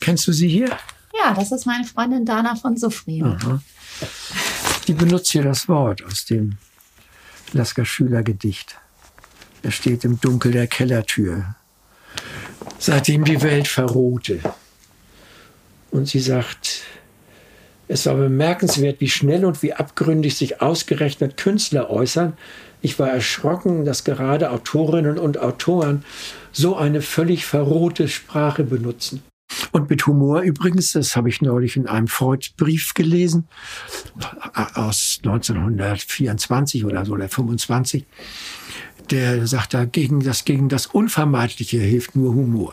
Kennst du sie hier? Ja, das ist meine Freundin Dana von Soufriede. Aha. Die benutzt hier das Wort aus dem Lasker Schüler-Gedicht. Er steht im Dunkel der Kellertür, seitdem die Welt verrohte. Und sie sagt, es war bemerkenswert, wie schnell und wie abgründig sich ausgerechnet Künstler äußern. Ich war erschrocken, dass gerade Autorinnen und Autoren so eine völlig verrohte Sprache benutzen. Und mit Humor übrigens, das habe ich neulich in einem Freud-Brief gelesen, aus 1924 oder so, oder 25. Der sagt da, gegen das Unvermeidliche hilft nur Humor.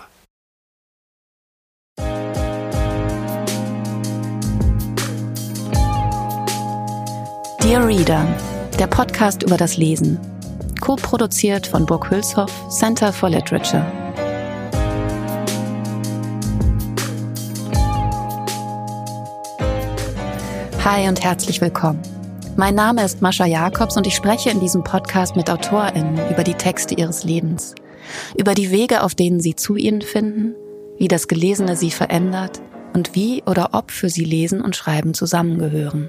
Dear Reader, der Podcast über das Lesen. Co-produziert von Burg Hülshoff, Center for Literature. Hi und herzlich willkommen. Mein Name ist Mascha Jakobs und ich spreche in diesem Podcast mit AutorInnen über die Texte ihres Lebens, über die Wege, auf denen sie zu ihnen finden, wie das Gelesene sie verändert und wie oder ob für sie Lesen und Schreiben zusammengehören.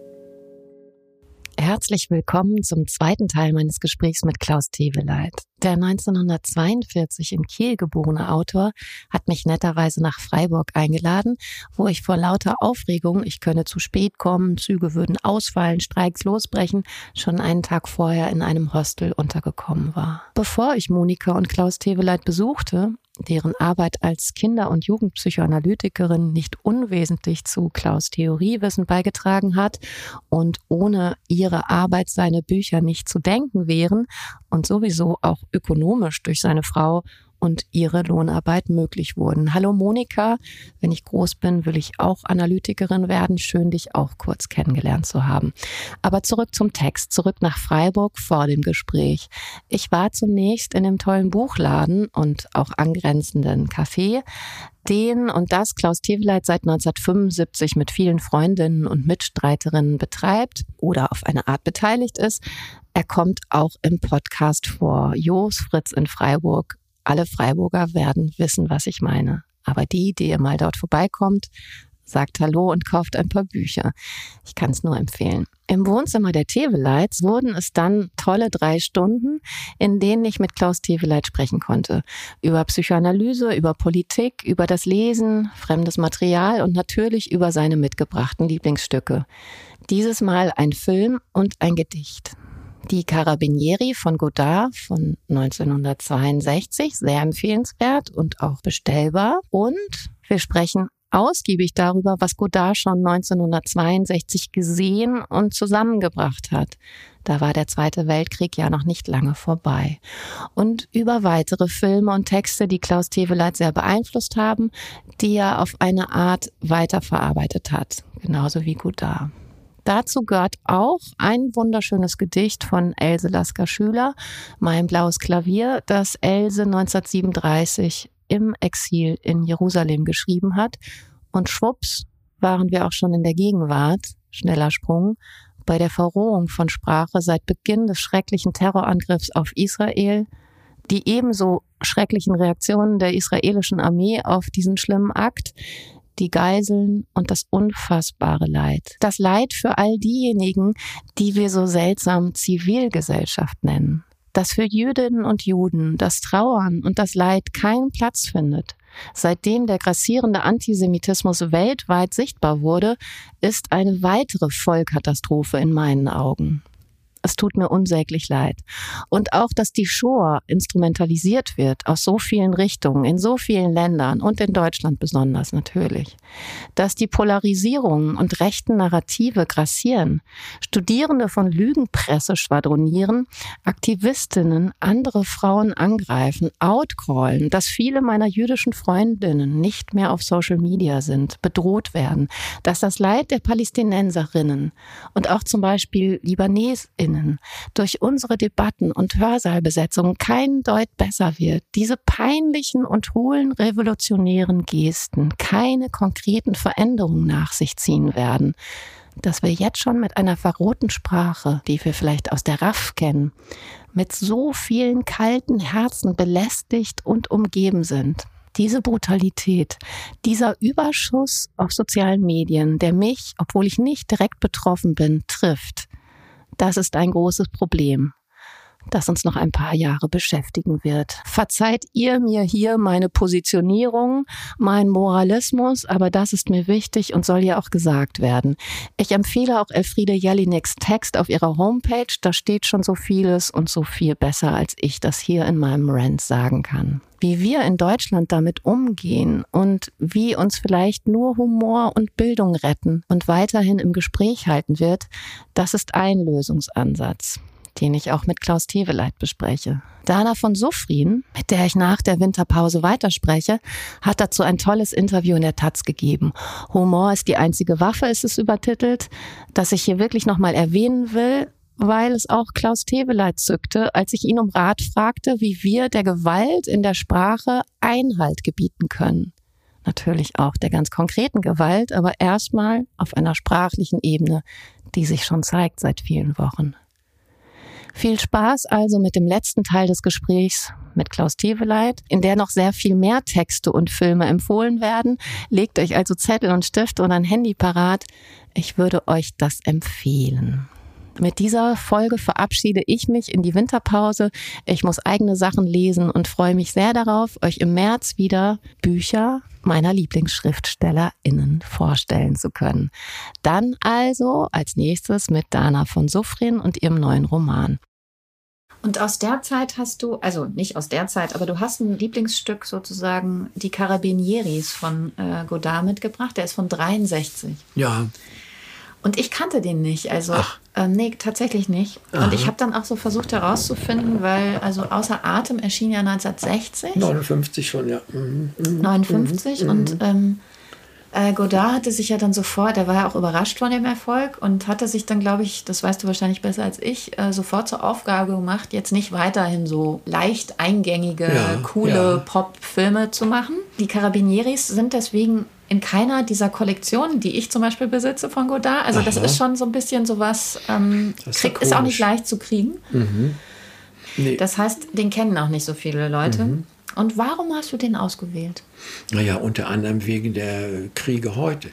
Herzlich willkommen zum zweiten Teil meines Gesprächs mit Klaus Teweleit. Der 1942 in Kiel geborene Autor hat mich netterweise nach Freiburg eingeladen, wo ich vor lauter Aufregung, ich könne zu spät kommen, Züge würden ausfallen, Streiks losbrechen, schon einen Tag vorher in einem Hostel untergekommen war. Bevor ich Monika und Klaus Teweleit besuchte, deren Arbeit als Kinder- und Jugendpsychoanalytikerin nicht unwesentlich zu Klaus' Theoriewissen beigetragen hat und ohne ihre Arbeit seine Bücher nicht zu denken wären und sowieso auch ökonomisch durch seine Frau und ihre Lohnarbeit möglich wurden. Hallo Monika, wenn ich groß bin, will ich auch Analytikerin werden. Schön, dich auch kurz kennengelernt zu haben. Aber zurück zum Text, zurück nach Freiburg vor dem Gespräch. Ich war zunächst in dem tollen Buchladen und auch angrenzenden Café, den und das Klaus Teweleit seit 1975 mit vielen Freundinnen und Mitstreiterinnen betreibt oder auf eine Art beteiligt ist. Er kommt auch im Podcast vor. Jos Fritz in Freiburg. Alle Freiburger werden wissen, was ich meine. Aber die ihr mal dort vorbeikommt, sagt Hallo und kauft ein paar Bücher. Ich kann es nur empfehlen. Im Wohnzimmer der Teweleits wurden es dann tolle 3 Stunden, in denen ich mit Klaus Teweleit sprechen konnte. Über Psychoanalyse, über Politik, über das Lesen, fremdes Material und natürlich über seine mitgebrachten Lieblingsstücke. Dieses Mal ein Film und ein Gedicht. Die Carabinieri von Godard von 1962, sehr empfehlenswert und auch bestellbar. Und wir sprechen ausgiebig darüber, was Godard schon 1962 gesehen und zusammengebracht hat. Da war der Zweite Weltkrieg ja noch nicht lange vorbei. Und über weitere Filme und Texte, die Klaus Teweleit sehr beeinflusst haben, die er auf eine Art weiterverarbeitet hat, genauso wie Godard. Dazu gehört auch ein wunderschönes Gedicht von Else Lasker-Schüler, Mein blaues Klavier, das Else 1937 im Exil in Jerusalem geschrieben hat. Und schwupps waren wir auch schon in der Gegenwart, schneller Sprung, bei der Verrohung von Sprache seit Beginn des schrecklichen Terrorangriffs auf Israel, die ebenso schrecklichen Reaktionen der israelischen Armee auf diesen schlimmen Akt, die Geiseln und das unfassbare Leid. Das Leid für all diejenigen, die wir so seltsam Zivilgesellschaft nennen. Dass für Jüdinnen und Juden das Trauern und das Leid keinen Platz findet. Seitdem der grassierende Antisemitismus weltweit sichtbar wurde, ist eine weitere Vollkatastrophe in meinen Augen. Es tut mir unsäglich leid. Und auch, dass die Shoah instrumentalisiert wird aus so vielen Richtungen, in so vielen Ländern und in Deutschland besonders natürlich. Dass die Polarisierungen und rechten Narrative grassieren, Studierende von Lügenpresse schwadronieren, Aktivistinnen andere Frauen angreifen, outcallen, dass viele meiner jüdischen Freundinnen nicht mehr auf Social Media sind, bedroht werden, dass das Leid der Palästinenserinnen und auch zum Beispiel LibanesInnen durch unsere Debatten und Hörsaalbesetzungen kein Deut besser wird. Diese peinlichen und hohlen revolutionären Gesten keine konkreten Veränderungen nach sich ziehen werden. Dass wir jetzt schon mit einer verrohten Sprache, die wir vielleicht aus der RAF kennen, mit so vielen kalten Herzen belästigt und umgeben sind. Diese Brutalität, dieser Überschuss auf sozialen Medien, der mich, obwohl ich nicht direkt betroffen bin, trifft, das ist ein großes Problem, das uns noch ein paar Jahre beschäftigen wird. Verzeiht ihr mir hier meine Positionierung, mein Moralismus, aber das ist mir wichtig und soll ja auch gesagt werden. Ich empfehle auch Elfriede Jelineks Text auf ihrer Homepage, da steht schon so vieles und so viel besser, als ich das hier in meinem Rant sagen kann. Wie wir in Deutschland damit umgehen und wie uns vielleicht nur Humor und Bildung retten und weiterhin im Gespräch halten wird, das ist ein Lösungsansatz, den ich auch mit Klaus Teweleit bespreche. Dana von Suffrien, mit der ich nach der Winterpause weiterspreche, hat dazu ein tolles Interview in der Taz gegeben. Humor ist die einzige Waffe, ist es übertitelt, das ich hier wirklich nochmal erwähnen will, weil es auch Klaus Teweleit zückte, als ich ihn um Rat fragte, wie wir der Gewalt in der Sprache Einhalt gebieten können. Natürlich auch der ganz konkreten Gewalt, aber erstmal auf einer sprachlichen Ebene, die sich schon zeigt seit vielen Wochen. Viel Spaß also mit dem letzten Teil des Gesprächs mit Klaus Teweleit, in der noch sehr viel mehr Texte und Filme empfohlen werden. Legt euch also Zettel und Stift oder ein Handy parat. Ich würde euch das empfehlen. Mit dieser Folge verabschiede ich mich in die Winterpause. Ich muss eigene Sachen lesen und freue mich sehr darauf, euch im März wieder Bücher meiner LieblingsschriftstellerInnen vorstellen zu können. Dann also als nächstes mit Dana von Suffrien und ihrem neuen Roman. Und aus der Zeit hast du, also nicht aus der Zeit, aber du hast ein Lieblingsstück sozusagen, die Carabinieris von Godard mitgebracht. Der ist von 63. Ja. Und ich kannte den nicht, also nee, tatsächlich nicht. Aha. Und ich habe dann auch so versucht herauszufinden, weil also Außer Atem erschien ja 1960. 59 schon, ja. 59 und Godard hatte sich ja dann sofort, der war ja auch überrascht von dem Erfolg und hatte sich dann, glaube ich, das weißt du wahrscheinlich besser als ich, sofort zur Aufgabe gemacht, jetzt nicht weiterhin so leicht eingängige, coole Pop-Filme zu machen. Die Carabinieris sind deswegen in keiner dieser Kollektionen, die ich zum Beispiel besitze von Godard. Also das ist schon so ein bisschen sowas, ist auch nicht leicht zu kriegen. Mhm. Nee. Das heißt, den kennen auch nicht so viele Leute. Mhm. Und warum hast du den ausgewählt? Naja, unter anderem wegen der Kriege heute.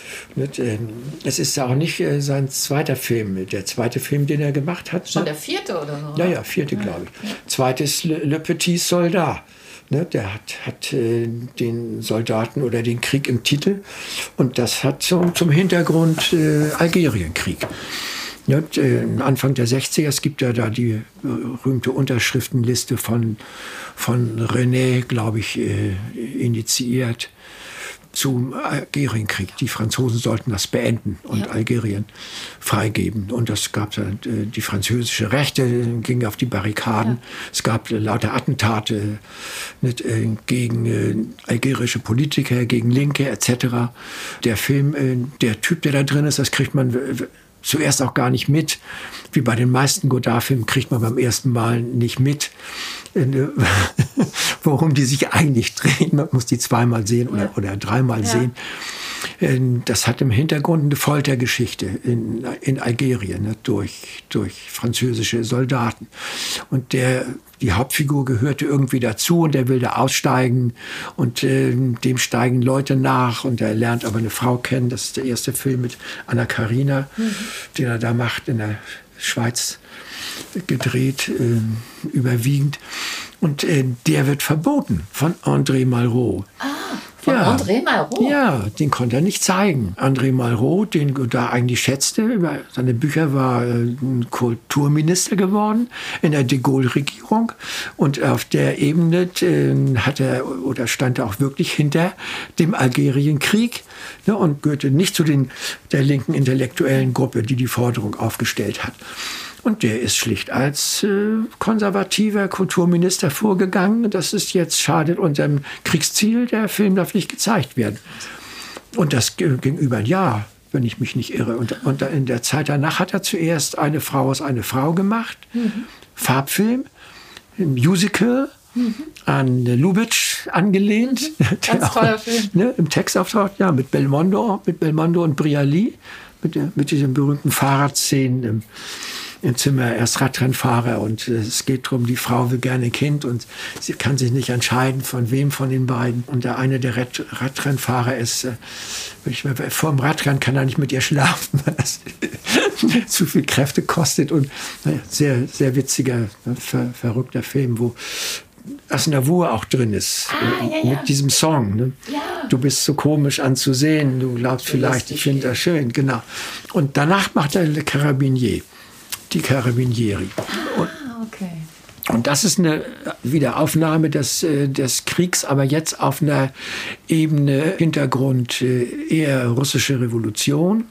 Es ist auch nicht sein zweiter Film, der zweite Film, den er gemacht hat. Schon der vierte oder so? Ja, vierte, glaube ich. Ja. Zweites Le Petit Soldat. Der hat den Soldaten oder den Krieg im Titel. Und das hat zum Hintergrund Algerienkrieg. Ja, Anfang der 60er, es gibt ja da die berühmte Unterschriftenliste von René, glaube ich, initiiert zum Algerienkrieg. Die Franzosen sollten das beenden und Algerien freigeben. Und das gab dann die französische Rechte, ging auf die Barrikaden. Ja. Es gab lauter Attentate gegen algerische Politiker, gegen Linke etc. Der Film, der Typ, der da drin ist, das kriegt man zuerst auch gar nicht mit. Wie bei den meisten Godard-Filmen kriegt man beim ersten Mal nicht mit, worum die sich eigentlich drehen. Man muss die zweimal sehen oder dreimal sehen. Das hat im Hintergrund eine Foltergeschichte in Algerien durch französische Soldaten. Und die Hauptfigur gehörte irgendwie dazu und er will da aussteigen und dem steigen Leute nach und er lernt aber eine Frau kennen. Das ist der erste Film mit Anna Karina, den er da macht, in der Schweiz gedreht, überwiegend. Und der wird verboten von André Malraux. Von André Malraux? Ja, den konnte er nicht zeigen. André Malraux, den Godard eigentlich schätzte, über seine Bücher war Kulturminister geworden in der de Gaulle-Regierung. Und auf der Ebene stand er auch wirklich hinter dem Algerienkrieg und gehörte nicht zu der linken intellektuellen Gruppe, die Forderung aufgestellt hat. Und der ist schlicht als konservativer Kulturminister vorgegangen. Das ist jetzt schadet unserem Kriegsziel. Der Film darf nicht gezeigt werden. Und das ging über ein Jahr, wenn ich mich nicht irre. Und in der Zeit danach hat er zuerst Eine Frau aus eine Frau gemacht. Farbfilm, ein Musical. An Lubitsch angelehnt. Ganz toller Film. Im Text auftaucht, mit Belmondo und Brialy. Mit diesen berühmten Fahrradszenen im Zimmer. Er ist Radrennfahrer und es geht darum, die Frau will gerne ein Kind und sie kann sich nicht entscheiden, von wem von den beiden. Und der eine der Radrennfahrer ist, vor dem Radrennen kann er nicht mit ihr schlafen, weil das zu viel Kräfte kostet. Und sehr, sehr witziger, verrückter Film, wo Aznavour auch drin ist, mit diesem Song. Ne? Ja. Du bist so komisch anzusehen, du glaubst vielleicht, ich finde das schön, genau. Und danach macht er Le Carabinieri, die Carabinieri. Okay. Und das ist eine Wiederaufnahme des Kriegs, aber jetzt auf einer Ebene Hintergrund eher russische Revolution,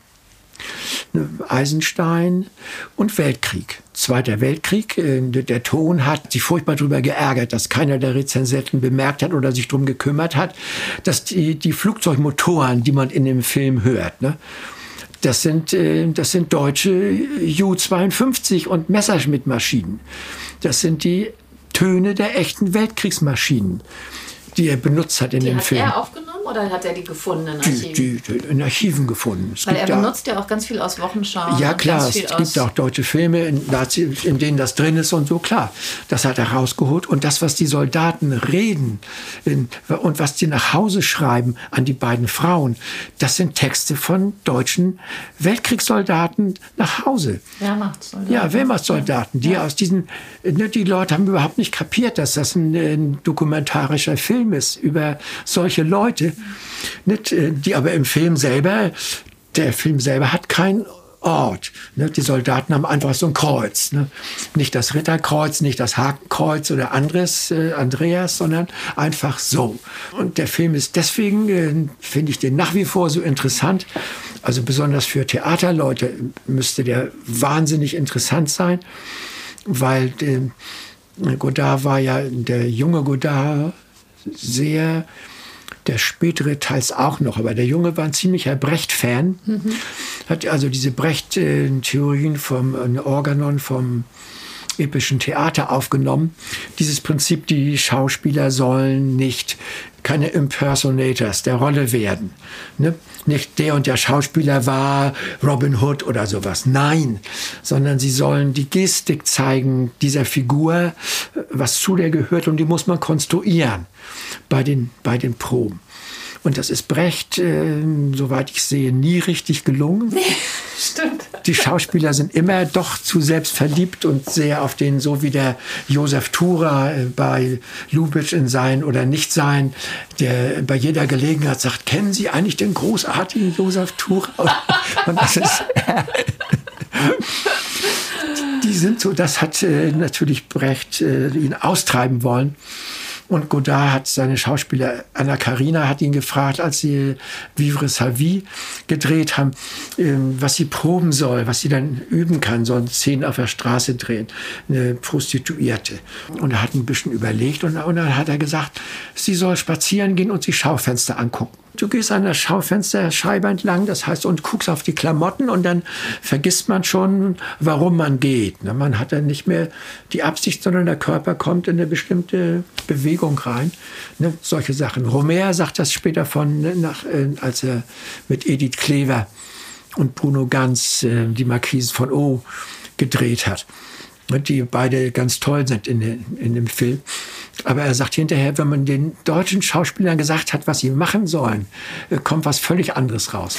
Eisenstein und Weltkrieg. Zweiter Weltkrieg. Der Ton hat sich furchtbar darüber geärgert, dass keiner der Rezensenten bemerkt hat oder sich darum gekümmert hat, dass die Flugzeugmotoren, die man in dem Film hört, ne, das sind deutsche Ju-52 und Messerschmitt-Maschinen. Das sind die Töne der echten Weltkriegsmaschinen, die er benutzt hat in dem Film. Hat er aufgenommen oder hat er die gefunden in Archiven? Die in Archiven gefunden. Weil er benutzt ja auch ganz viel aus Wochenschau. Ja klar, es gibt auch deutsche Filme, in denen das drin ist und so, klar. Das hat er rausgeholt. Und das, was die Soldaten reden und was die nach Hause schreiben an die beiden Frauen, das sind Texte von deutschen Weltkriegssoldaten nach Hause. Wehrmachtssoldaten. Ja, Wehrmachtssoldaten, die aus diesen, die Leute haben überhaupt nicht kapiert, dass das ein dokumentarischer Film ist über solche Leute, die aber im Film selber, der Film selber hat keinen Ort. Die Soldaten haben einfach so ein Kreuz. Nicht das Ritterkreuz, nicht das Hakenkreuz oder Andreas, sondern einfach so. Und der Film ist deswegen, finde ich den nach wie vor so interessant. Also besonders für Theaterleute müsste der wahnsinnig interessant sein, weil Godard war ja, der junge Godard, sehr, der spätere teils auch noch, aber der Junge war ein ziemlicher Brecht-Fan, hat also diese Brecht-Theorien vom Organon, vom epischen Theater aufgenommen. Dieses Prinzip, die Schauspieler sollen nicht keine Impersonators der Rolle werden. Ne? Nicht der und der Schauspieler war Robin Hood oder sowas. Nein, sondern sie sollen die Gestik zeigen dieser Figur, was zu der gehört, und die muss man konstruieren bei den Proben. Und das ist Brecht, soweit ich sehe, nie richtig gelungen. Stimmt. Die Schauspieler sind immer doch zu selbstverliebt und sehr auf den, so wie der Josef Tura bei Lubitsch in Sein oder Nichtsein, der bei jeder Gelegenheit sagt, kennen Sie eigentlich den großartigen Josef Tura? Und das ist... Die sind so, das hat natürlich Brecht ihn austreiben wollen. Und Godard hat seine Schauspieler, Anna Karina hat ihn gefragt, als sie Vivre sa vie gedreht haben, was sie proben soll, was sie dann üben kann, so Szenen auf der Straße drehen, eine Prostituierte. Und er hat ein bisschen überlegt und dann hat er gesagt, sie soll spazieren gehen und sich Schaufenster angucken. Du gehst an der Schaufensterscheibe entlang, das heißt, und guckst auf die Klamotten und dann vergisst man schon, warum man geht. Man hat dann nicht mehr die Absicht, sondern der Körper kommt in eine bestimmte Bewegung rein. Solche Sachen. Romer sagt das später als er mit Edith Klever und Bruno Ganz die Marquise von O gedreht hat. Die beide ganz toll sind in dem Film. Aber er sagt hinterher, wenn man den deutschen Schauspielern gesagt hat, was sie machen sollen, kommt was völlig anderes raus.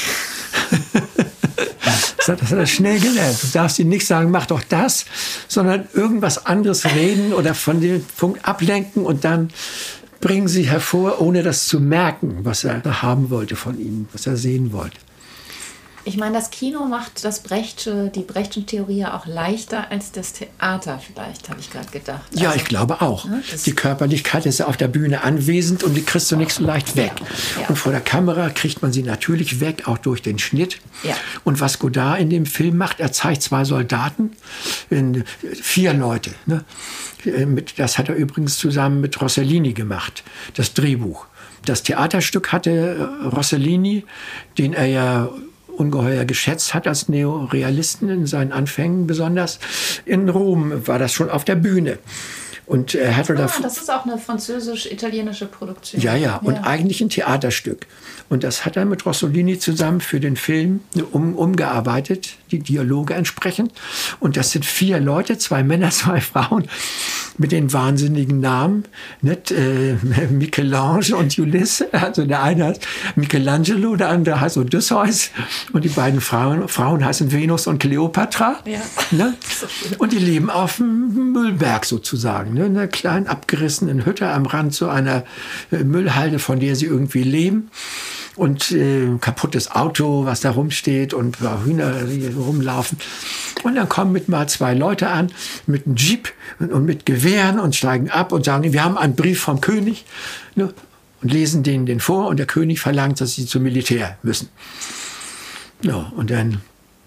Das hat er schnell gelernt. Du darfst ihnen nicht sagen, mach doch das, sondern irgendwas anderes reden oder von dem Punkt ablenken und dann bringen sie hervor, ohne das zu merken, was er haben wollte von ihnen, was er sehen wollte. Ich meine, das Kino macht die Brechtschen Theorie ja auch leichter als das Theater vielleicht, habe ich gerade gedacht. Ja, also, ich glaube auch. Ne, die Körperlichkeit ist ja auf der Bühne anwesend und die kriegst du nicht so leicht weg. Ja. Und vor der Kamera kriegt man sie natürlich weg, auch durch den Schnitt. Ja. Und was Godard in dem Film macht, er zeigt 2 Soldaten, 4 Leute. Ne? Das hat er übrigens zusammen mit Rossellini gemacht, das Drehbuch. Das Theaterstück hatte Rossellini, den er ja ungeheuer geschätzt hat als Neorealisten in seinen Anfängen besonders. In Rom war das schon auf der Bühne. Und er hatte das ist auch eine französisch-italienische Produktion. Ja, und eigentlich ein Theaterstück. Und das hat er mit Rossellini zusammen für den Film umgearbeitet, die Dialoge entsprechend. Und das sind 4 Leute, 2 Männer, 2 Frauen mit den wahnsinnigen Namen. Nicht? Michelange und Ulisse. Also der eine heißt Michelangelo, der andere heißt Odysseus. Und die beiden Frauen heißen Venus und Kleopatra. Ja. Ne? Und die leben auf dem Müllberg sozusagen. Ne? In einer kleinen abgerissenen Hütte am Rand zu einer Müllhalde, von der sie irgendwie leben. Und kaputtes Auto, was da rumsteht und Hühner, die rumlaufen. Und dann kommen mit mal 2 Leute an, mit einem Jeep und mit Gewehren und steigen ab und sagen, wir haben einen Brief vom König, ne, und lesen den vor. Und der König verlangt, dass sie zum Militär müssen. Ja, und dann,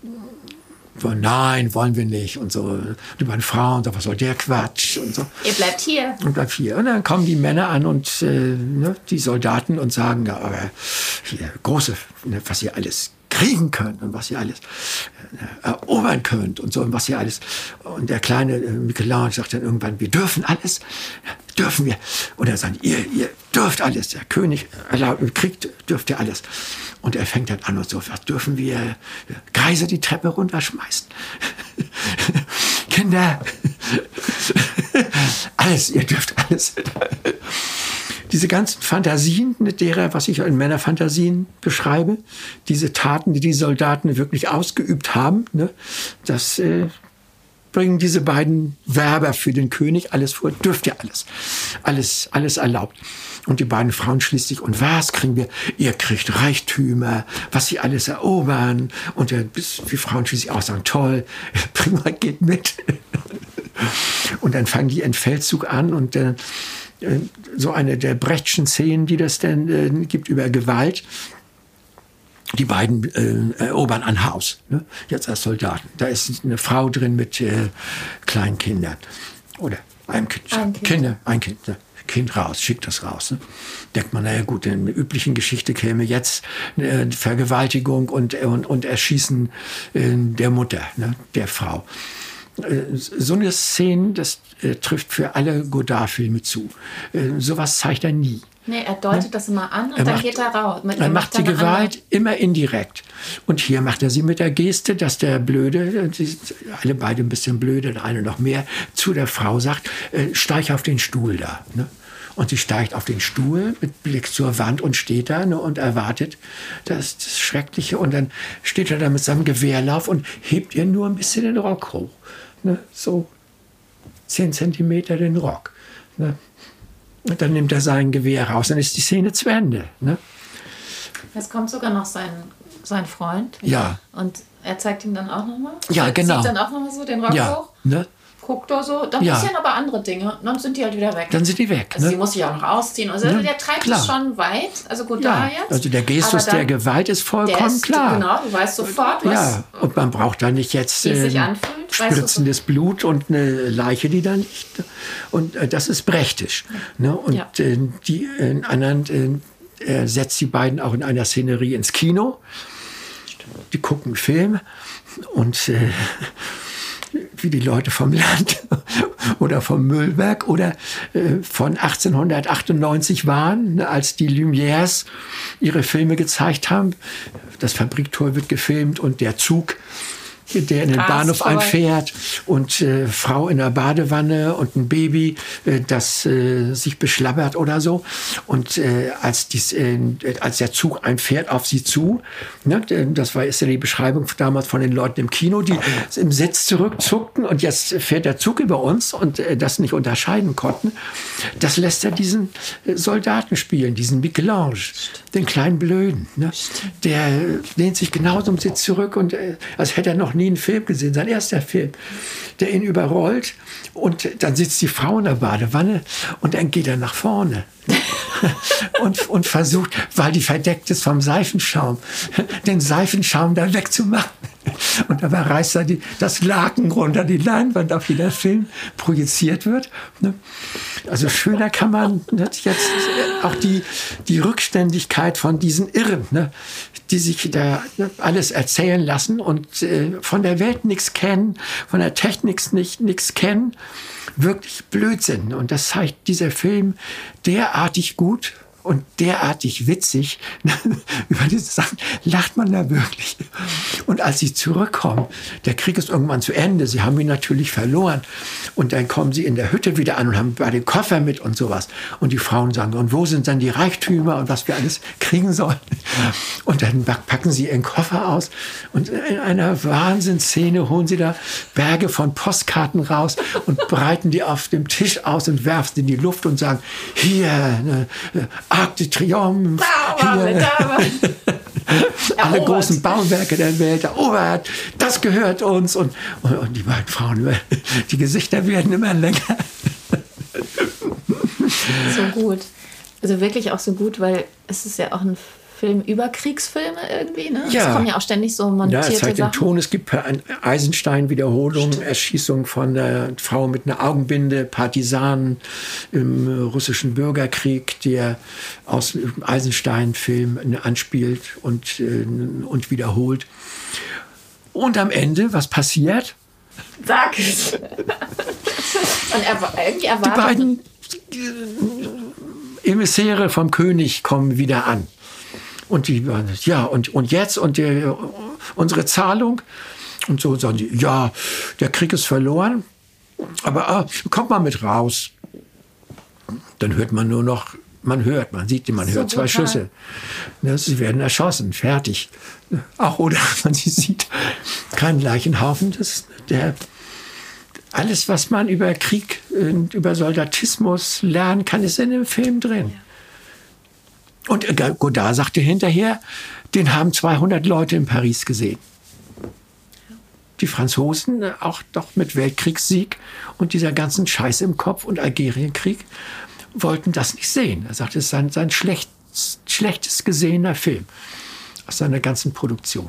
nein, wollen wir nicht und so. Und die beiden Frauen, was soll der Quatsch und so. Ihr bleibt hier. Und bleibt hier. Und dann kommen die Männer an und die Soldaten und sagen, ja, aber hier, große, was ihr alles kriegen könnt und was ihr alles erobern könnt und so und was ihr alles. Und der kleine Michelange sagt dann irgendwann, wir dürfen alles, dürfen wir. Und er sagt, ihr dürft alles, der König kriegt, dürft ihr alles. Und er fängt dann an und so, was dürfen wir Greise die Treppe runterschmeißen? Kinder, alles, ihr dürft alles. Diese ganzen Fantasien, derer, was ich in Männerfantasien beschreibe, diese Taten, die die Soldaten wirklich ausgeübt haben, ne, das bringen diese beiden Werber für den König alles vor. Dürft ihr alles. Alles erlaubt. Und die beiden Frauen schließlich, und was kriegen wir? Ihr kriegt Reichtümer, was sie alles erobern. Und die Frauen schließlich auch sagen, toll, prima, geht mit. Und dann fangen die einen Feldzug an und so eine der Brechtschen Szenen, die das dann gibt über Gewalt. Die beiden erobern ein Haus, ne? Jetzt als Soldaten. Da ist eine Frau drin mit kleinen Kindern. Oder ein Kind. Ne? Kind raus, schickt das raus. Ne? Denkt man, naja gut, in der üblichen Geschichte käme jetzt Vergewaltigung und Erschießen der Mutter, ne? Der Frau. So eine Szene, das trifft für alle Godard-Filme zu. Sowas zeigt er nie. Nee, er deutet das immer an und dann geht er raus. Er macht die Gewalt immer indirekt. Und hier macht er sie mit der Geste, dass der Blöde, alle beide ein bisschen blöde, der eine noch mehr, zu der Frau sagt, steig auf den Stuhl da. Ne? Und sie steigt auf den Stuhl mit Blick zur Wand und steht da, ne, und erwartet das Schreckliche. Und dann steht er da mit seinem Gewehrlauf und hebt ihr nur ein bisschen den Rock hoch. Ne? So 10 Zentimeter den Rock. Ne? Und dann nimmt er sein Gewehr raus, dann ist die Szene zu Ende. Ne? Es kommt sogar noch sein Freund. Ja. Und er zeigt ihm dann auch nochmal. Ja, genau. Zieht dann auch nochmal so den Rock hoch. Ne? Guckt da so. Dann passieren aber andere Dinge. Und dann sind die halt wieder weg. Dann sind die weg. Also ne? sie muss sich auch noch ausziehen. Also der treibt es schon weit. Also gut, da jetzt. Also der Gestus der Gewalt ist vollkommen klar. Genau, du weißt sofort, was ja, und man braucht da nicht jetzt sich anfühlt. spritzendes Blut und eine Leiche, die da liegt. Und das ist brechtisch. Ne? Und die anderen setzt die beiden auch in einer Szenerie ins Kino. Die gucken Film und wie die Leute vom Land oder vom Müllberg oder von 1898 waren, als die Lumières ihre Filme gezeigt haben. Das Fabriktor wird gefilmt und der Zug, der in den Bahnhof einfährt und Frau in der Badewanne und ein Baby, das sich beschlabbert oder so. Und als der Zug einfährt auf sie zu, ne, ist ja die Beschreibung damals von den Leuten im Kino, die im Sitz zurückzuckten und jetzt fährt der Zug über uns und das nicht unterscheiden konnten. Das lässt er diesen Soldaten spielen, diesen Michelange, den kleinen Blöden. Ne? Der lehnt sich genauso im Sitz zurück und als hätte er noch nie einen Film gesehen, sein erster Film, der ihn überrollt und dann sitzt die Frau in der Badewanne und dann geht er nach vorne und versucht, weil die verdeckt ist vom Seifenschaum, den Seifenschaum da wegzumachen. Und dabei reißt er das Laken runter, die Leinwand, auf die der Film projiziert wird. Ne? Also schöner kann man jetzt auch die Rückständigkeit von diesen Irren, ne? Die sich da alles erzählen lassen und von der Welt nichts kennen, von der Technik nichts kennen, wirklich Blödsinn. Und das zeigt dieser Film derartig gut und derartig witzig. Über diese Sachen lacht man da wirklich. Und als sie zurückkommen, der Krieg ist irgendwann zu Ende, sie haben ihn natürlich verloren. Und dann kommen sie in der Hütte wieder an und haben bei den Koffer mit und sowas. Und die Frauen sagen, und wo sind dann die Reichtümer und was wir alles kriegen sollen? Und dann packen sie ihren Koffer aus und in einer Wahnsinnsszene holen sie da Berge von Postkarten raus und breiten die auf dem Tisch aus und werfen sie in die Luft und sagen, hier, Arc de Triomphe, alle großen Bauwerke der Welt erobert, das gehört uns. Und die beiden Frauen, die Gesichter werden immer länger. So gut. Also wirklich auch so gut, weil es ist ja auch ein Film über Kriegsfilme irgendwie. Ne? Ja. Es kommen ja auch ständig so montierte es zeigt Sachen. den Ton. Es gibt eine Eisenstein-Wiederholung, Erschießung von einer Frau mit einer Augenbinde, Partisanen im russischen Bürgerkrieg, der aus dem Eisenstein-Film anspielt und wiederholt. Und am Ende, was passiert? Sag es. Und irgendwie erwartet. Die beiden Emissäre vom König kommen wieder an. Und die, ja, und jetzt und unsere Zahlung. Und so sagen die, ja, der Krieg ist verloren, aber kommt mal mit raus. Dann hört man nur noch, man hört so zwei Schüsse. Ne, sie werden erschossen, fertig. Auch oder man sie sieht, kein Leichenhaufen. Alles, was man über Krieg, über Soldatismus lernen kann, ist in dem Film drin. Ja. Und Godard sagte hinterher, den haben 200 Leute in Paris gesehen. Die Franzosen, auch doch mit Weltkriegssieg und dieser ganzen Scheiße im Kopf und Algerienkrieg, wollten das nicht sehen. Er sagte, es ist sein schlechtest gesehener Film aus seiner ganzen Produktion.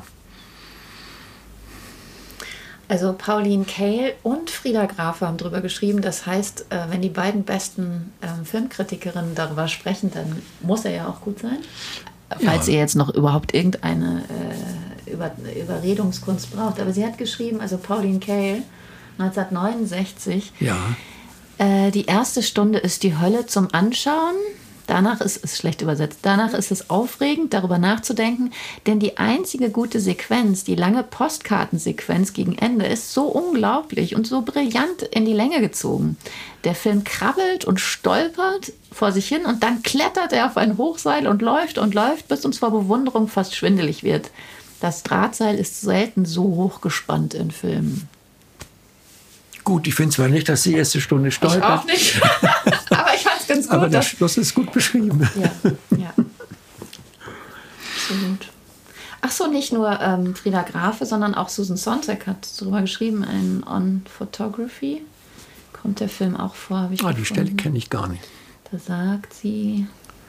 Also Pauline Kael und Frida Graf haben darüber geschrieben. Das heißt, wenn die beiden besten Filmkritikerinnen darüber sprechen, dann muss er ja auch gut sein. Ja. Falls ihr jetzt noch überhaupt irgendeine Überredungskunst braucht. Aber sie hat geschrieben, also Pauline Kael, 1969, ja. Die erste Stunde ist die Hölle zum Anschauen. Danach ist es schlecht übersetzt. Danach ist es aufregend, darüber nachzudenken, denn die einzige gute Sequenz, die lange Postkartensequenz gegen Ende, ist so unglaublich und so brillant in die Länge gezogen. Der Film krabbelt und stolpert vor sich hin und dann klettert er auf ein Hochseil und läuft, bis uns vor Bewunderung fast schwindelig wird. Das Drahtseil ist selten so hoch gespannt in Filmen. Gut, ich finde zwar nicht, dass die erste Stunde stolpert. Ich auch nicht. Aber ich fand es ganz gut. Aber der Schluss ist gut beschrieben. Ja. Absolut. Ach so, nicht nur Frida Graf, sondern auch Susan Sontag hat darüber geschrieben, On Photography. Kommt der Film auch vor, habe ich die Stelle kenne ich gar nicht. Da sagt sie,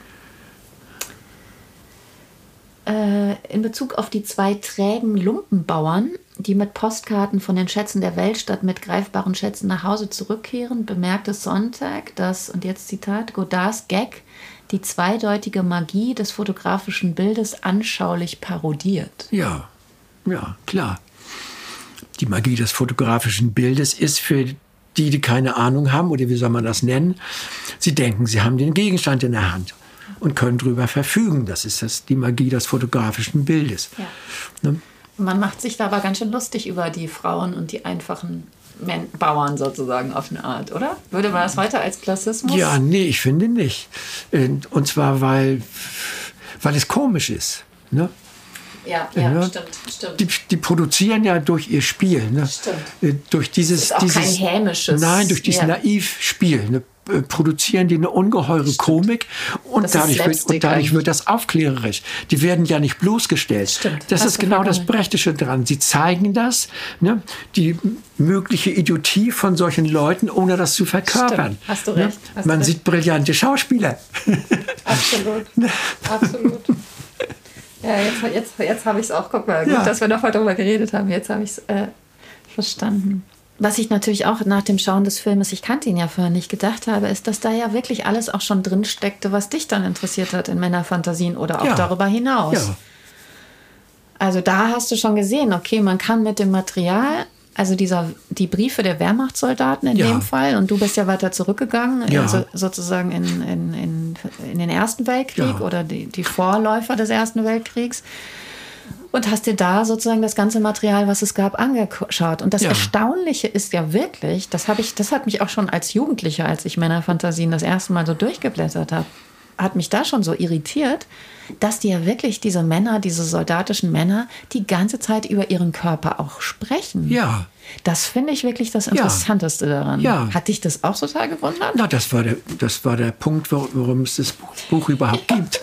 in Bezug auf die zwei trägen Lumpenbauern, die mit Postkarten von den Schätzen der Welt statt mit greifbaren Schätzen nach Hause zurückkehren, bemerkte Sontag, dass, und jetzt Zitat, Godards Gag die zweideutige Magie des fotografischen Bildes anschaulich parodiert. Ja, klar. Die Magie des fotografischen Bildes ist für die keine Ahnung haben, oder wie soll man das nennen, sie denken, sie haben den Gegenstand in der Hand und können darüber verfügen. Das ist die Magie des fotografischen Bildes. Ja. Ne? Man macht sich da aber ganz schön lustig über die Frauen und die einfachen Bauern sozusagen auf eine Art, oder? Würde man das heute als Klassismus? Ja, nee, ich finde nicht. Und zwar, weil es komisch ist. Ne? Ja, stimmt. Die produzieren ja durch ihr Spiel. Ne? Stimmt. Durch dieses, das ist auch kein hämisches. Nein, durch dieses Naivspiel. Ne? Produzieren die eine ungeheure Komik und dadurch wird das aufklärerisch. Die werden ja nicht bloßgestellt. Stimmt. Das ist genau das Brechtische dran. Sie zeigen das, ne, die mögliche Idiotie von solchen Leuten, ohne das zu verkörpern. Stimmt. Hast du recht. Man sieht brillante Schauspieler. Absolut. Ja, jetzt habe ich es auch. Guck mal, gut, dass wir noch mal darüber geredet haben. Jetzt habe ich es verstanden. Was ich natürlich auch nach dem Schauen des Filmes, ich kannte ihn ja vorher nicht, gedacht habe, ist, dass da ja wirklich alles auch schon drin steckte, was dich dann interessiert hat in Männerfantasien oder auch darüber hinaus. Ja. Also da hast du schon gesehen, okay, man kann mit dem Material, also die Briefe der Wehrmachtssoldaten in dem Fall, und du bist ja weiter zurückgegangen, also sozusagen in den Ersten Weltkrieg oder die Vorläufer des Ersten Weltkriegs. Und hast dir da sozusagen das ganze Material, was es gab, angeschaut. Und das Erstaunliche ist ja wirklich, das hat mich auch schon als Jugendlicher, als ich Männerfantasien das erste Mal so durchgeblättert habe, hat mich da schon so irritiert, dass die ja wirklich diese Männer, diese soldatischen Männer, die ganze Zeit über ihren Körper auch sprechen. Ja. Das finde ich wirklich das Interessanteste daran. Ja. Hat dich das auch total gewundert? Na, das war der Punkt, warum es das Buch überhaupt gibt.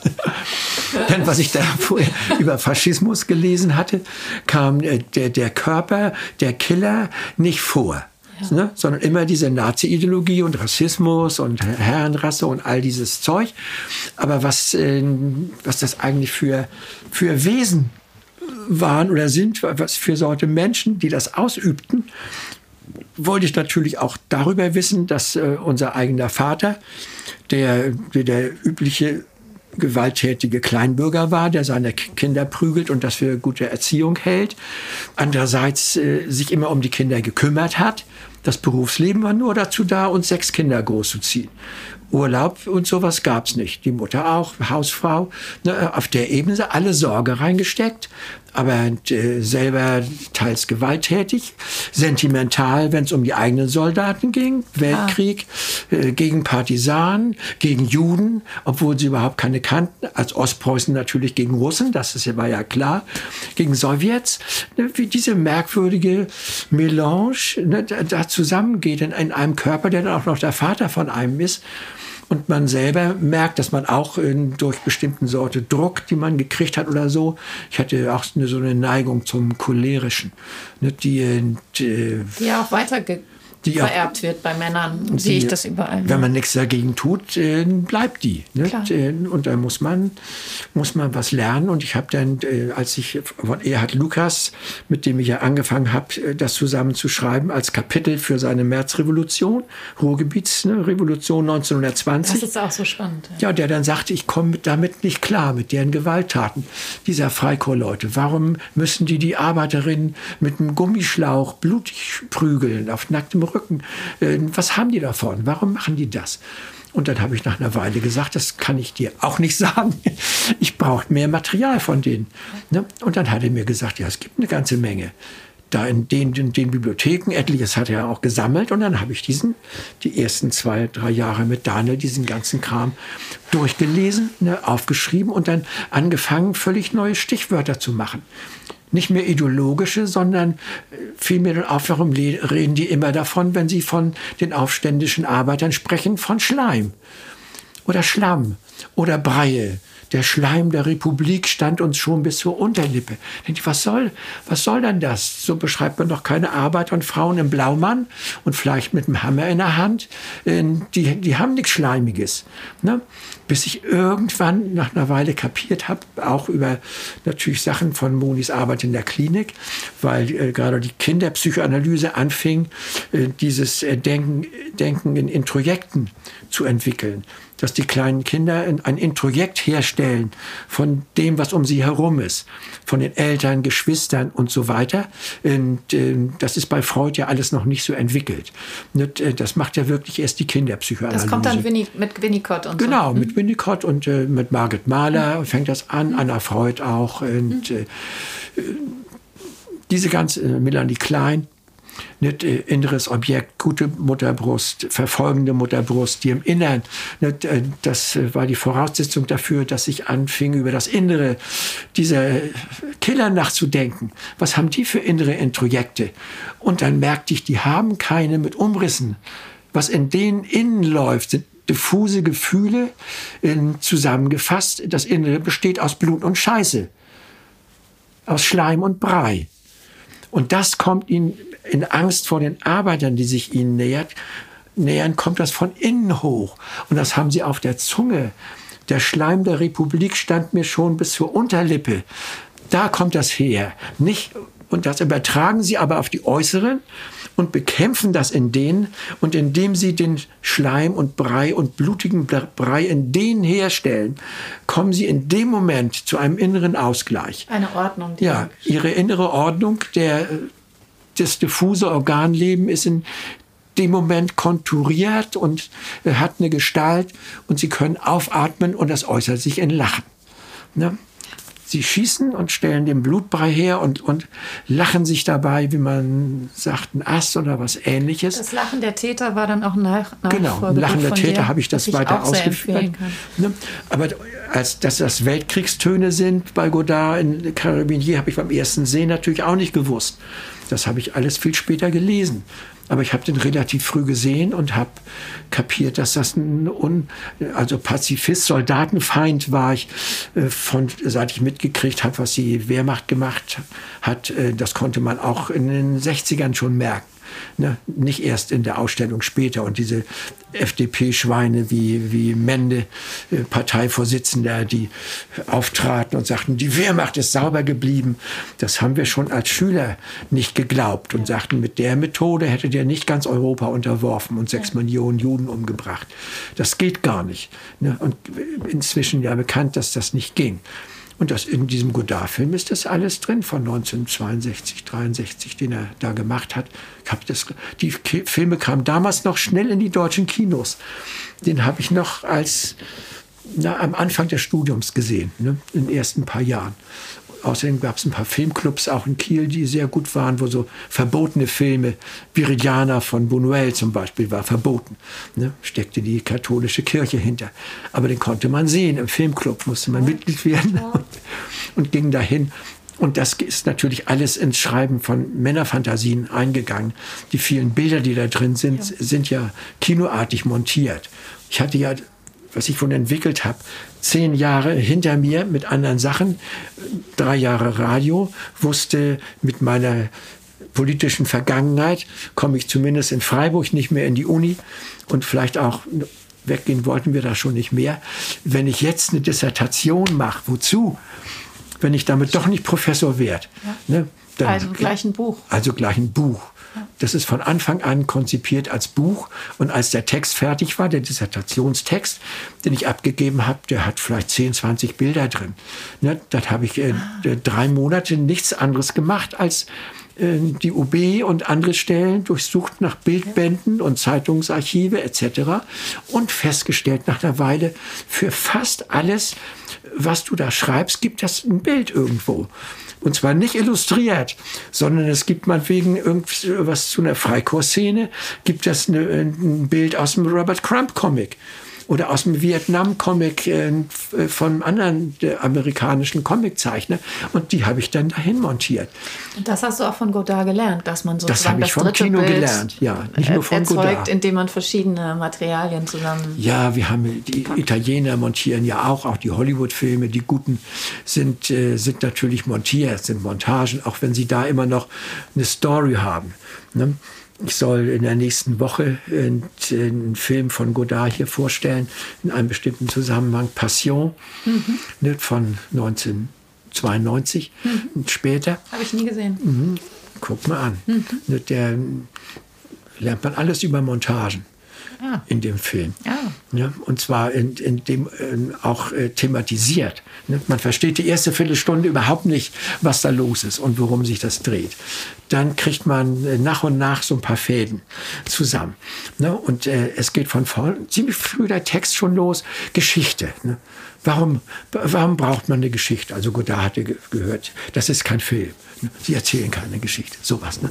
Denn was ich da vorher über Faschismus gelesen hatte, kam der Körper, der Killer nicht vor. Ja. Ne? Sondern immer diese Nazi-Ideologie und Rassismus und Herrenrasse und all dieses Zeug. Aber was das eigentlich für Wesen waren oder sind, was für Sorte Menschen, die das ausübten, wollte ich natürlich auch darüber wissen, dass unser eigener Vater, der übliche gewalttätige Kleinbürger war, der seine Kinder prügelt und das für gute Erziehung hält. Andererseits sich immer um die Kinder gekümmert hat. Das Berufsleben war nur dazu da, uns 6 Kinder großzuziehen. Urlaub und sowas gab's nicht. Die Mutter auch, Hausfrau. Ne, auf der Ebene alle Sorge reingesteckt, aber selber teils gewalttätig, sentimental, wenn es um die eigenen Soldaten ging, Weltkrieg, gegen Partisanen, gegen Juden, obwohl sie überhaupt keine kannten, als Ostpreußen natürlich gegen Russen, war ja klar, gegen Sowjets, ne, wie diese merkwürdige Melange da zusammengeht in einem Körper, der dann auch noch der Vater von einem ist. Und man selber merkt, dass man auch durch bestimmten Sorte Druck, die man gekriegt hat oder so, ich hatte auch so eine Neigung zum Cholerischen, ne, die auch weiter vererbt wird bei Männern, sehe ich das überall. Wenn man nichts dagegen tut, bleibt die. Ne? Und da muss man was lernen. Und ich habe dann, als ich von Erhard Lukas, mit dem ich ja angefangen habe, das zusammen zu schreiben, als Kapitel für seine Märzrevolution, Ruhrgebietsrevolution 1920. Das ist auch so spannend. Ja, der dann sagte, ich komme damit nicht klar, mit deren Gewalttaten dieser Freikorpsleute. Warum müssen die Arbeiterinnen mit einem Gummischlauch blutig prügeln, auf nacktem Rücken? Was haben die davon? Warum machen die das? Und dann habe ich nach einer Weile gesagt, das kann ich dir auch nicht sagen. Ich brauche mehr Material von denen. Ne? Und dann hat er mir gesagt, ja, es gibt eine ganze Menge. Da in den Bibliotheken, etliches hat er auch gesammelt. Und dann habe ich die ersten 2, 3 Jahre mit Daniel diesen ganzen Kram durchgelesen, ne, aufgeschrieben und dann angefangen, völlig neue Stichwörter zu machen. Nicht mehr ideologische, sondern fiel mir dann auf, warum reden die immer davon, wenn sie von den aufständischen Arbeitern sprechen, von Schleim oder Schlamm oder Breie. Der Schleim der Republik stand uns schon bis zur Unterlippe. Denke ich, was soll denn das? So beschreibt man doch keine Arbeiter und Frauen im Blaumann und vielleicht mit einem Hammer in der Hand. Die haben nichts Schleimiges. Ne? Bis ich irgendwann nach einer Weile kapiert habe, auch über natürlich Sachen von Monis Arbeit in der Klinik, weil gerade die Kinderpsychoanalyse anfing, dieses Denken in Introjekten zu entwickeln. Dass die kleinen Kinder ein Introjekt herstellen von dem, was um sie herum ist, von den Eltern, Geschwistern und so weiter. Und das ist bei Freud ja alles noch nicht so entwickelt. Das macht ja wirklich erst die Kinderpsychoanalyse. Das kommt dann mit Winnicott und genau, so. Mit Winnicott und mit Margret Mahler fängt das an, Anna Freud auch. Und diese ganze Melanie Klein. Nicht inneres Objekt, gute Mutterbrust, verfolgende Mutterbrust, die im Innern. Nicht, das war die Voraussetzung dafür, dass ich anfing, über das Innere dieser Killer nachzudenken. Was haben die für innere Introjekte? Und dann merkte ich, die haben keine mit Umrissen. Was in denen innen läuft, sind diffuse Gefühle, zusammengefasst. Das Innere besteht aus Blut und Scheiße, aus Schleim und Brei. Und das kommt ihnen in Angst vor den Arbeitern, die sich ihnen nähern, kommt das von innen hoch. Und das haben sie auf der Zunge. Der Schleim der Republik stand mir schon bis zur Unterlippe. Da kommt das her. Nicht, und das übertragen sie aber auf die Äußeren und bekämpfen das in denen. Und indem sie den Schleim und Brei und blutigen Brei in denen herstellen, kommen sie in dem Moment zu einem inneren Ausgleich. Eine Ordnung. Ja, ihre innere Ordnung, das diffuse Organleben ist in dem Moment konturiert und hat eine Gestalt und sie können aufatmen und das äußert sich in Lachen. Ne? Sie schießen und stellen den Blutbrei her und lachen sich dabei, wie man sagt, ein Ast oder was Ähnliches. Das Lachen der Täter war dann auch Genau, im Lachen der Täter habe ich das weiter ausgeführt. Ne? Aber dass das Weltkriegstöne sind bei Godard in Carabinier, habe ich beim ersten Sehen natürlich auch nicht gewusst. Das habe ich alles viel später gelesen. Aber ich habe den relativ früh gesehen und habe kapiert, dass das also Pazifist, Soldatenfeind war ich, seit ich mitgekriegt habe, was die Wehrmacht gemacht hat. Das konnte man auch in den 60ern schon merken. Ne? Nicht erst in der Ausstellung später. Und diese FDP-Schweine wie Mende, Parteivorsitzender, die auftraten und sagten, die Wehrmacht ist sauber geblieben. Das haben wir schon als Schüler nicht geglaubt und sagten, mit der Methode hätte der nicht ganz Europa unterworfen und 6 Millionen Juden umgebracht. Das geht gar nicht. Ne? Und inzwischen ja bekannt, dass das nicht ging. Und in diesem Godard-Film ist das alles drin von 1962, 63, den er da gemacht hat. Die Filme kamen damals noch schnell in die deutschen Kinos. Den habe ich noch am Anfang des Studiums gesehen, ne, in den ersten paar Jahren. Außerdem gab es ein paar Filmclubs auch in Kiel, die sehr gut waren, wo so verbotene Filme, Viridiana von Buñuel zum Beispiel, war verboten. Ne? Steckte die katholische Kirche hinter. Aber den konnte man sehen. Im Filmclub musste man Mitglied werden und ging dahin. Und das ist natürlich alles ins Schreiben von Männerfantasien eingegangen. Die vielen Bilder, die da drin sind, sind ja kinoartig montiert. Ich hatte ja, was ich von entwickelt habe, 10 Jahre hinter mir mit anderen Sachen, 3 Jahre Radio, wusste mit meiner politischen Vergangenheit, komme ich zumindest in Freiburg nicht mehr in die Uni und vielleicht auch, weggehen wollten wir da schon nicht mehr. Wenn ich jetzt eine Dissertation mache, wozu? Wenn ich damit doch nicht Professor werde. Ja. Ne? Also gleich ein Buch. Also gleich ein Buch. Das ist von Anfang an konzipiert als Buch. Und als der Text fertig war, der Dissertationstext, den ich abgegeben habe, der hat vielleicht 10, 20 Bilder drin. Ne, das habe ich 3 Monate nichts anderes gemacht, als die UB und andere Stellen durchsucht nach Bildbänden und Zeitungsarchive etc. und festgestellt nach einer Weile, für fast alles, was du da schreibst, gibt es ein Bild irgendwo. Und zwar nicht illustriert, sondern es gibt meinetwegen irgendwas zu einer Freikorpsszene, gibt es ein Bild aus dem Robert Crumb-Comic oder aus dem Vietnam-Comic von anderen amerikanischen Comiczeichner. Und die habe ich dann dahin montiert. Und das hast du auch von Godard gelernt, dass man sozusagen das habe ich vom Kino gelernt, ja, nicht nur von erzeugt, Godard. indem man verschiedene Materialien zusammen... Ja, die Italiener montieren ja auch die Hollywood-Filme, die guten sind natürlich montiert, sind Montagen, auch wenn sie da immer noch eine Story haben. Ne? Ich soll in der nächsten Woche einen Film von Godard hier vorstellen, in einem bestimmten Zusammenhang, Passion, ne, von 1992 und später. Habe ich nie gesehen. Guck mal an. Ne, der lernt man alles über Montagen. In dem Film. Ja, und zwar in dem auch thematisiert. Ne? Man versteht die erste Viertelstunde überhaupt nicht, was da los ist und worum sich das dreht. Dann kriegt man nach und nach so ein paar Fäden zusammen. Ne? Und es geht von vorne, ziemlich früh der Text schon los, Geschichte. Ne? Warum braucht man eine Geschichte? Also Godard hatte gehört, das ist kein Film. Ne? Sie erzählen keine Geschichte. Sowas. Ne?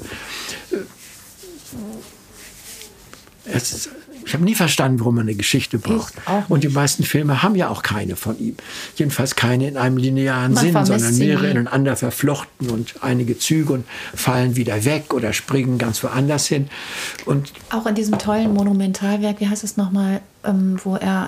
Ich habe nie verstanden, warum man eine Geschichte braucht. Und die meisten Filme haben ja auch keine von ihm. Jedenfalls keine in einem linearen Sinn, sondern mehrere ineinander verflochten und einige Züge und fallen wieder weg oder springen ganz woanders hin. Und auch in diesem tollen Monumentalwerk, wie heißt es nochmal, wo er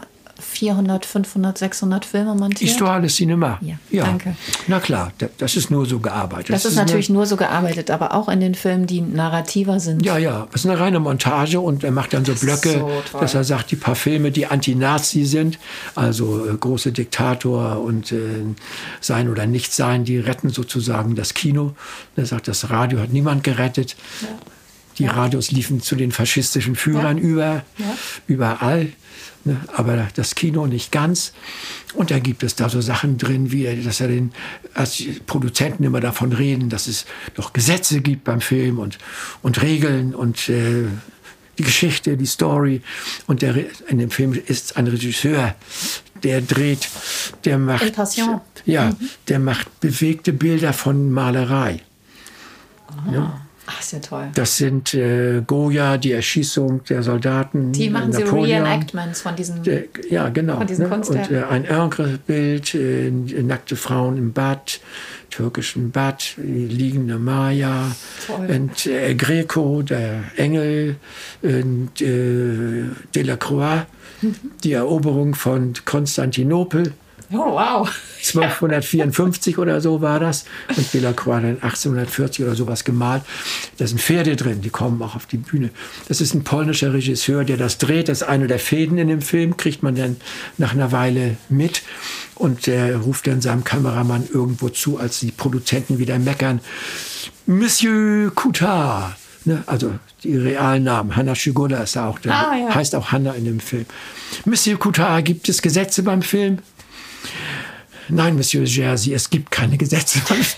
400, 500, 600 Filme montiert? Histoire de Cinéma. Ja, danke. Na klar, das ist nur so gearbeitet. Das ist natürlich nur so gearbeitet, aber auch in den Filmen, die narrativer sind. Ja, das ist eine reine Montage und er macht dann so Blöcke, dass er sagt, die paar Filme, die Anti-Nazi sind, also große Diktator und Sein oder Nichtsein, die retten sozusagen das Kino. Er sagt, das Radio hat niemand gerettet. Ja. Die Radios liefen zu den faschistischen Führern überall. Ne, aber das Kino nicht ganz. Und da gibt es da so Sachen drin, wie dass er als die Produzenten immer davon reden, dass es doch Gesetze gibt beim Film und Regeln und die Geschichte, die Story. Und in dem Film ist ein Regisseur, der macht der macht bewegte Bilder von Malerei. Ja. Ach, ist ja toll. Das sind Goya, die Erschießung der Soldaten. Die machen sie Reenactments von diesen genau. Von diesen Kunstwerken. Und ein Ingres-Bild, nackte Frauen im Bad, türkischen Bad, liegende Maya. Und Greco, der Engel, und Delacroix, die Eroberung von Konstantinopel. Oh, wow. 1254 oder so war das. Und Delacroix dann 1840 oder sowas gemalt. Da sind Pferde drin, die kommen auch auf die Bühne. Das ist ein polnischer Regisseur, der das dreht. Das ist eine der Fäden in dem Film, kriegt man dann nach einer Weile mit. Und der ruft dann seinem Kameramann irgendwo zu, als die Produzenten wieder meckern. Monsieur Coutard. Ne, also die realen Namen. Hanna Schygulla ist auch der. Heißt auch Hanna in dem Film. Monsieur Coutard, gibt es Gesetze beim Film? Nein, Monsieur Jerzy, es gibt keine Gesetze.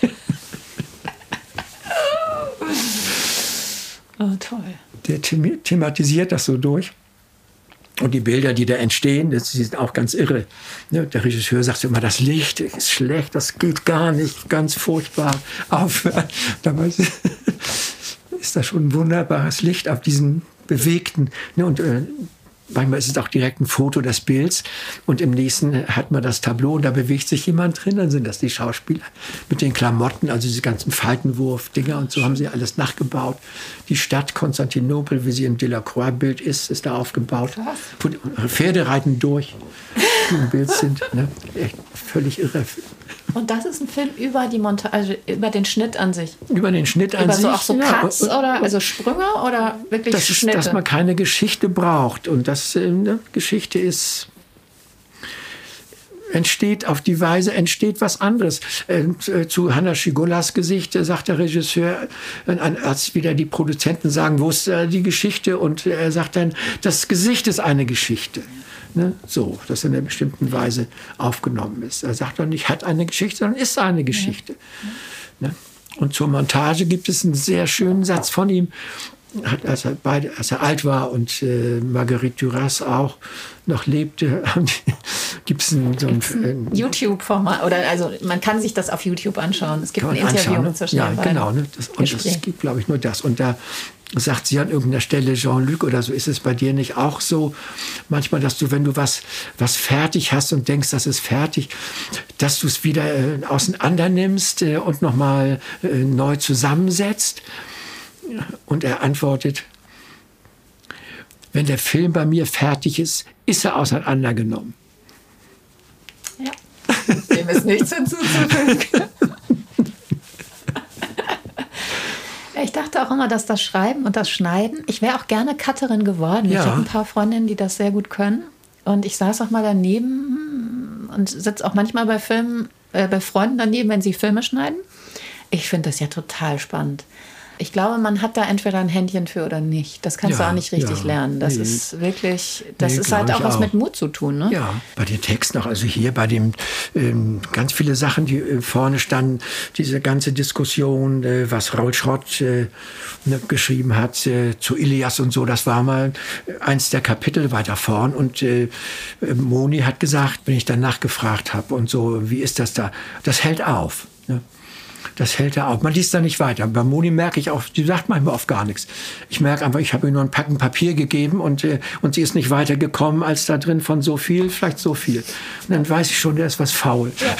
Oh, toll. Der thematisiert das so durch. Und die Bilder, die da entstehen, die sind auch ganz irre. Der Regisseur sagt immer, das Licht ist schlecht, das geht gar nicht, ganz furchtbar. Aufhören. Dabei ist das schon ein wunderbares Licht auf diesen bewegten. Und manchmal ist es auch direkt ein Foto des Bilds und im nächsten hat man das Tableau und da bewegt sich jemand drin, dann sind das die Schauspieler mit den Klamotten, also diese ganzen Faltenwurf-Dinger und so haben sie alles nachgebaut. Die Stadt Konstantinopel, wie sie im Delacroix-Bild ist da aufgebaut. Pferde reiten durch, die im Bild sind. Ne? Echt völlig irre. Und das ist ein Film über die Montage, über den Schnitt an sich? Über den Schnitt an sich. Über auch so Cuts oder also Sprünge oder wirklich Schnitte? Dass man keine Geschichte braucht. Und das Geschichte entsteht was anderes. Zu Hanna Schygullas Gesicht sagt der Regisseur, als wieder die Produzenten sagen, wo ist die Geschichte? Und er sagt dann, das Gesicht ist eine Geschichte. Ne? So, das in einer bestimmten Weise aufgenommen ist. Er sagt doch nicht, hat eine Geschichte, sondern ist eine Geschichte. Ja. Ne? Und zur Montage gibt es einen sehr schönen Satz von ihm, als er alt war und Marguerite Duras auch noch lebte, gibt es so ein YouTube-Format, oder also man kann sich das auf YouTube anschauen. Es gibt ein Interview mit zwischen den beiden. Genau. Ne? Es gibt, glaube ich, nur das. Und da sagt sie an irgendeiner Stelle, Jean-Luc, oder so, ist es bei dir nicht auch so, manchmal, dass du, wenn du was fertig hast und denkst, das ist fertig, dass du es wieder auseinander nimmst und nochmal neu zusammensetzt? Und er antwortet, wenn der Film bei mir fertig ist, ist er auseinandergenommen. Ja, dem ist nichts hinzuzufügen. Ich dachte auch immer, dass das Schreiben und das Schneiden, ich wäre auch gerne Cutterin geworden. Ja. Ich habe ein paar Freundinnen, die das sehr gut können. Und ich saß auch mal daneben und sitze auch manchmal bei Freunden daneben, wenn sie Filme schneiden. Ich finde das ja total spannend. Ich glaube, man hat da entweder ein Händchen für oder nicht. Das kannst du auch nicht richtig lernen. Das ist wirklich, ist halt auch was mit Mut zu tun. Ne? Ja, bei den Texten auch. Also hier bei dem ganz viele Sachen, die vorne standen. Diese ganze Diskussion, was Raoul Schrott geschrieben hat zu Ilias und so. Das war mal eins der Kapitel weiter vorn. Und Moni hat gesagt, wenn ich danach gefragt habe und so, wie ist das da? Das hält auf. Ne? Das hält er auf. Man liest da nicht weiter. Bei Moni merke ich auch, die sagt manchmal oft gar nichts. Ich merke einfach, ich habe ihr nur ein Packen Papier gegeben und sie ist nicht weitergekommen als da drin von so viel, vielleicht so viel. Und dann weiß ich schon, der ist was faul. Ja.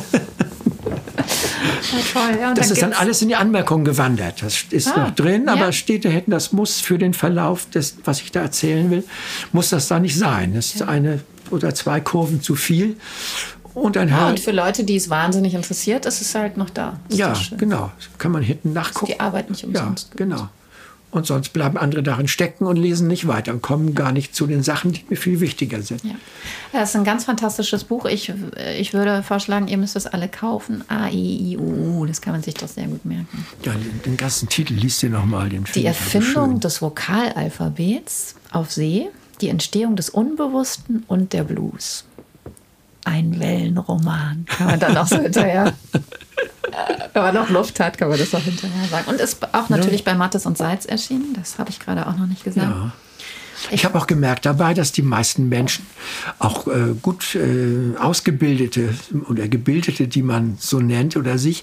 Ja, toll. Ja, das ist dann alles in die Anmerkung gewandert. Das ist noch drin, aber steht da hinten, das muss für den Verlauf des, was ich da erzählen will, muss das da nicht sein. Das ist eine oder 2 Kurven zu viel. Und dann Ja, halt, und für Leute, die es wahnsinnig interessiert, ist es halt noch da. Ist ja, das schön. genau. Kann man hinten nachgucken. Die Arbeit nicht umsonst. Ja, genau. Und sonst bleiben andere darin stecken und lesen nicht weiter und kommen gar nicht zu den Sachen, die mir viel wichtiger sind. Ja. Das ist ein ganz fantastisches Buch. Ich würde vorschlagen, ihr müsst es alle kaufen. A-I-I-U-U, das kann man sich doch sehr gut merken. Ja, den ganzen Titel liest ihr nochmal. Die Erfindung des Vokalalphabets auf See, die Entstehung des Unbewussten und der Blues. Ein Wellenroman, kann man dann auch so hinterher. Wenn man noch Luft hat, kann man das auch hinterher sagen. Und ist auch natürlich bei Mattes und Seitz erschienen. Das habe ich gerade auch noch nicht gesagt. Ja. Ich habe auch gemerkt dabei, dass die meisten Menschen, auch gut ausgebildete oder Gebildete, die man so nennt oder sich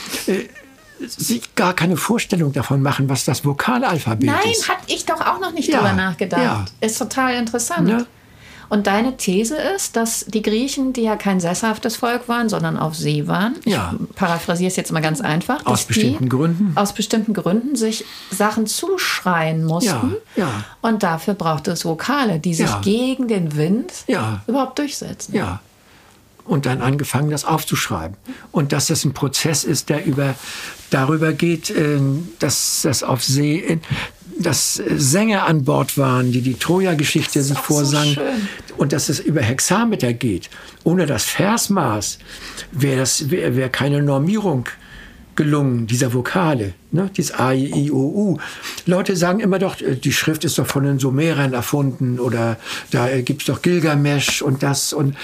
gar keine Vorstellung davon machen, was das Vokalalphabet ist. Nein, hatte ich doch auch noch nicht drüber nachgedacht. Ja. Ist total interessant. Ja. Und deine These ist, dass die Griechen, die ja kein sesshaftes Volk waren, sondern auf See waren, Ja. ich paraphrasiere es jetzt mal ganz einfach, Aus dass bestimmten die Gründen. aus bestimmten Gründen sich Sachen zuschreien mussten. Ja, ja. Und dafür brauchte es Vokale, die sich Ja. gegen den Wind Ja. überhaupt durchsetzen. Ja. Und dann angefangen, das aufzuschreiben. Und dass das ein Prozess ist, der darüber geht, dass das auf See, dass Sänger an Bord waren, die Troja-Geschichte sich auch vorsangen. so schön. Und dass es über Hexameter geht. Ohne das Versmaß wäre keine Normierung gelungen, dieser Vokale, ne? Dieses A, I, O, U. Leute sagen immer doch, die Schrift ist doch von den Sumerern erfunden oder da gibt's doch Gilgamesch und das. Und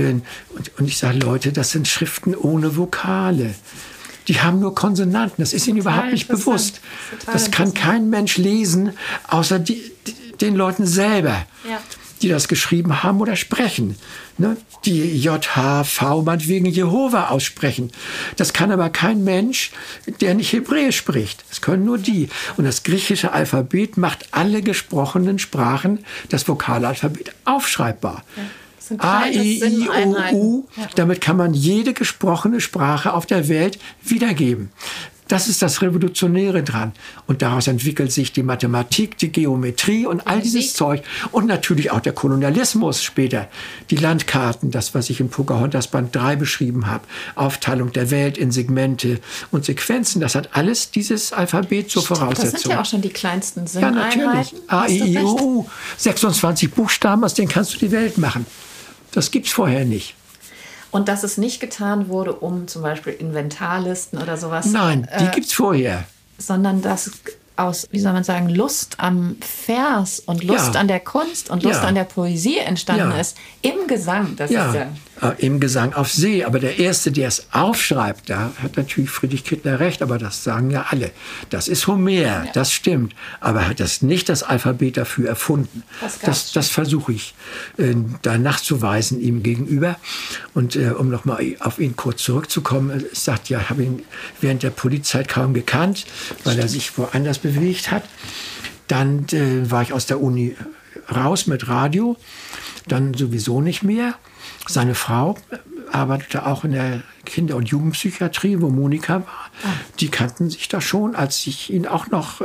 ich sage, Leute, das sind Schriften ohne Vokale. Die haben nur Konsonanten. Das ist ihnen überhaupt nicht bewusst. Das kann kein Mensch lesen, außer den Leuten selber, Ja. die das geschrieben haben oder sprechen. Ne? Die JHV meinetwegen Jehova aussprechen. Das kann aber kein Mensch, der nicht Hebräisch spricht. Das können nur die. Und das griechische Alphabet macht alle gesprochenen Sprachen, das Vokalalphabet, aufschreibbar. Ja. Das sind A, kleine I, I, O, Sinneinheiten. U. Ja. Damit kann man jede gesprochene Sprache auf der Welt wiedergeben. Das ist das Revolutionäre dran. Und daraus entwickelt sich die Mathematik, die Geometrie und all dieses Zeug. Und natürlich auch der Kolonialismus später. Die Landkarten, das, was ich im Pocahontas Band 3 beschrieben habe. Aufteilung der Welt in Segmente und Sequenzen. Das hat alles dieses Alphabet zur Voraussetzung. Das sind ja auch schon die kleinsten Ja, Sinneinheiten. natürlich. A, Hast du I, I, O, recht. U. 26 Buchstaben, aus denen kannst du die Welt machen. Das gibt's vorher nicht. Und dass es nicht getan wurde, um zum Beispiel Inventarlisten oder sowas. Nein, die gibt's vorher. Sondern dass aus, wie soll man sagen, Lust am Vers und Lust Ja. an der Kunst und Lust Ja. an der Poesie entstanden Ja. ist. Im Gesang. Das Ja, ist ja. im Gesang auf See. Aber der Erste, der es aufschreibt, da hat natürlich Friedrich Kittler recht, aber das sagen ja alle. Das ist Homer, das stimmt. Aber er hat das nicht das Alphabet dafür erfunden. Das versuche ich da nachzuweisen ihm gegenüber. Und um nochmal auf ihn kurz zurückzukommen, ich sagte ja, ich habe ihn während der Polizzeit kaum gekannt, weil er sich woanders bewegt hat. Dann war ich aus der Uni raus mit Radio, dann sowieso nicht mehr. Seine Frau arbeitete auch in der Kinder- und Jugendpsychiatrie, wo Monika war. Die kannten sich da schon, als ich ihn auch noch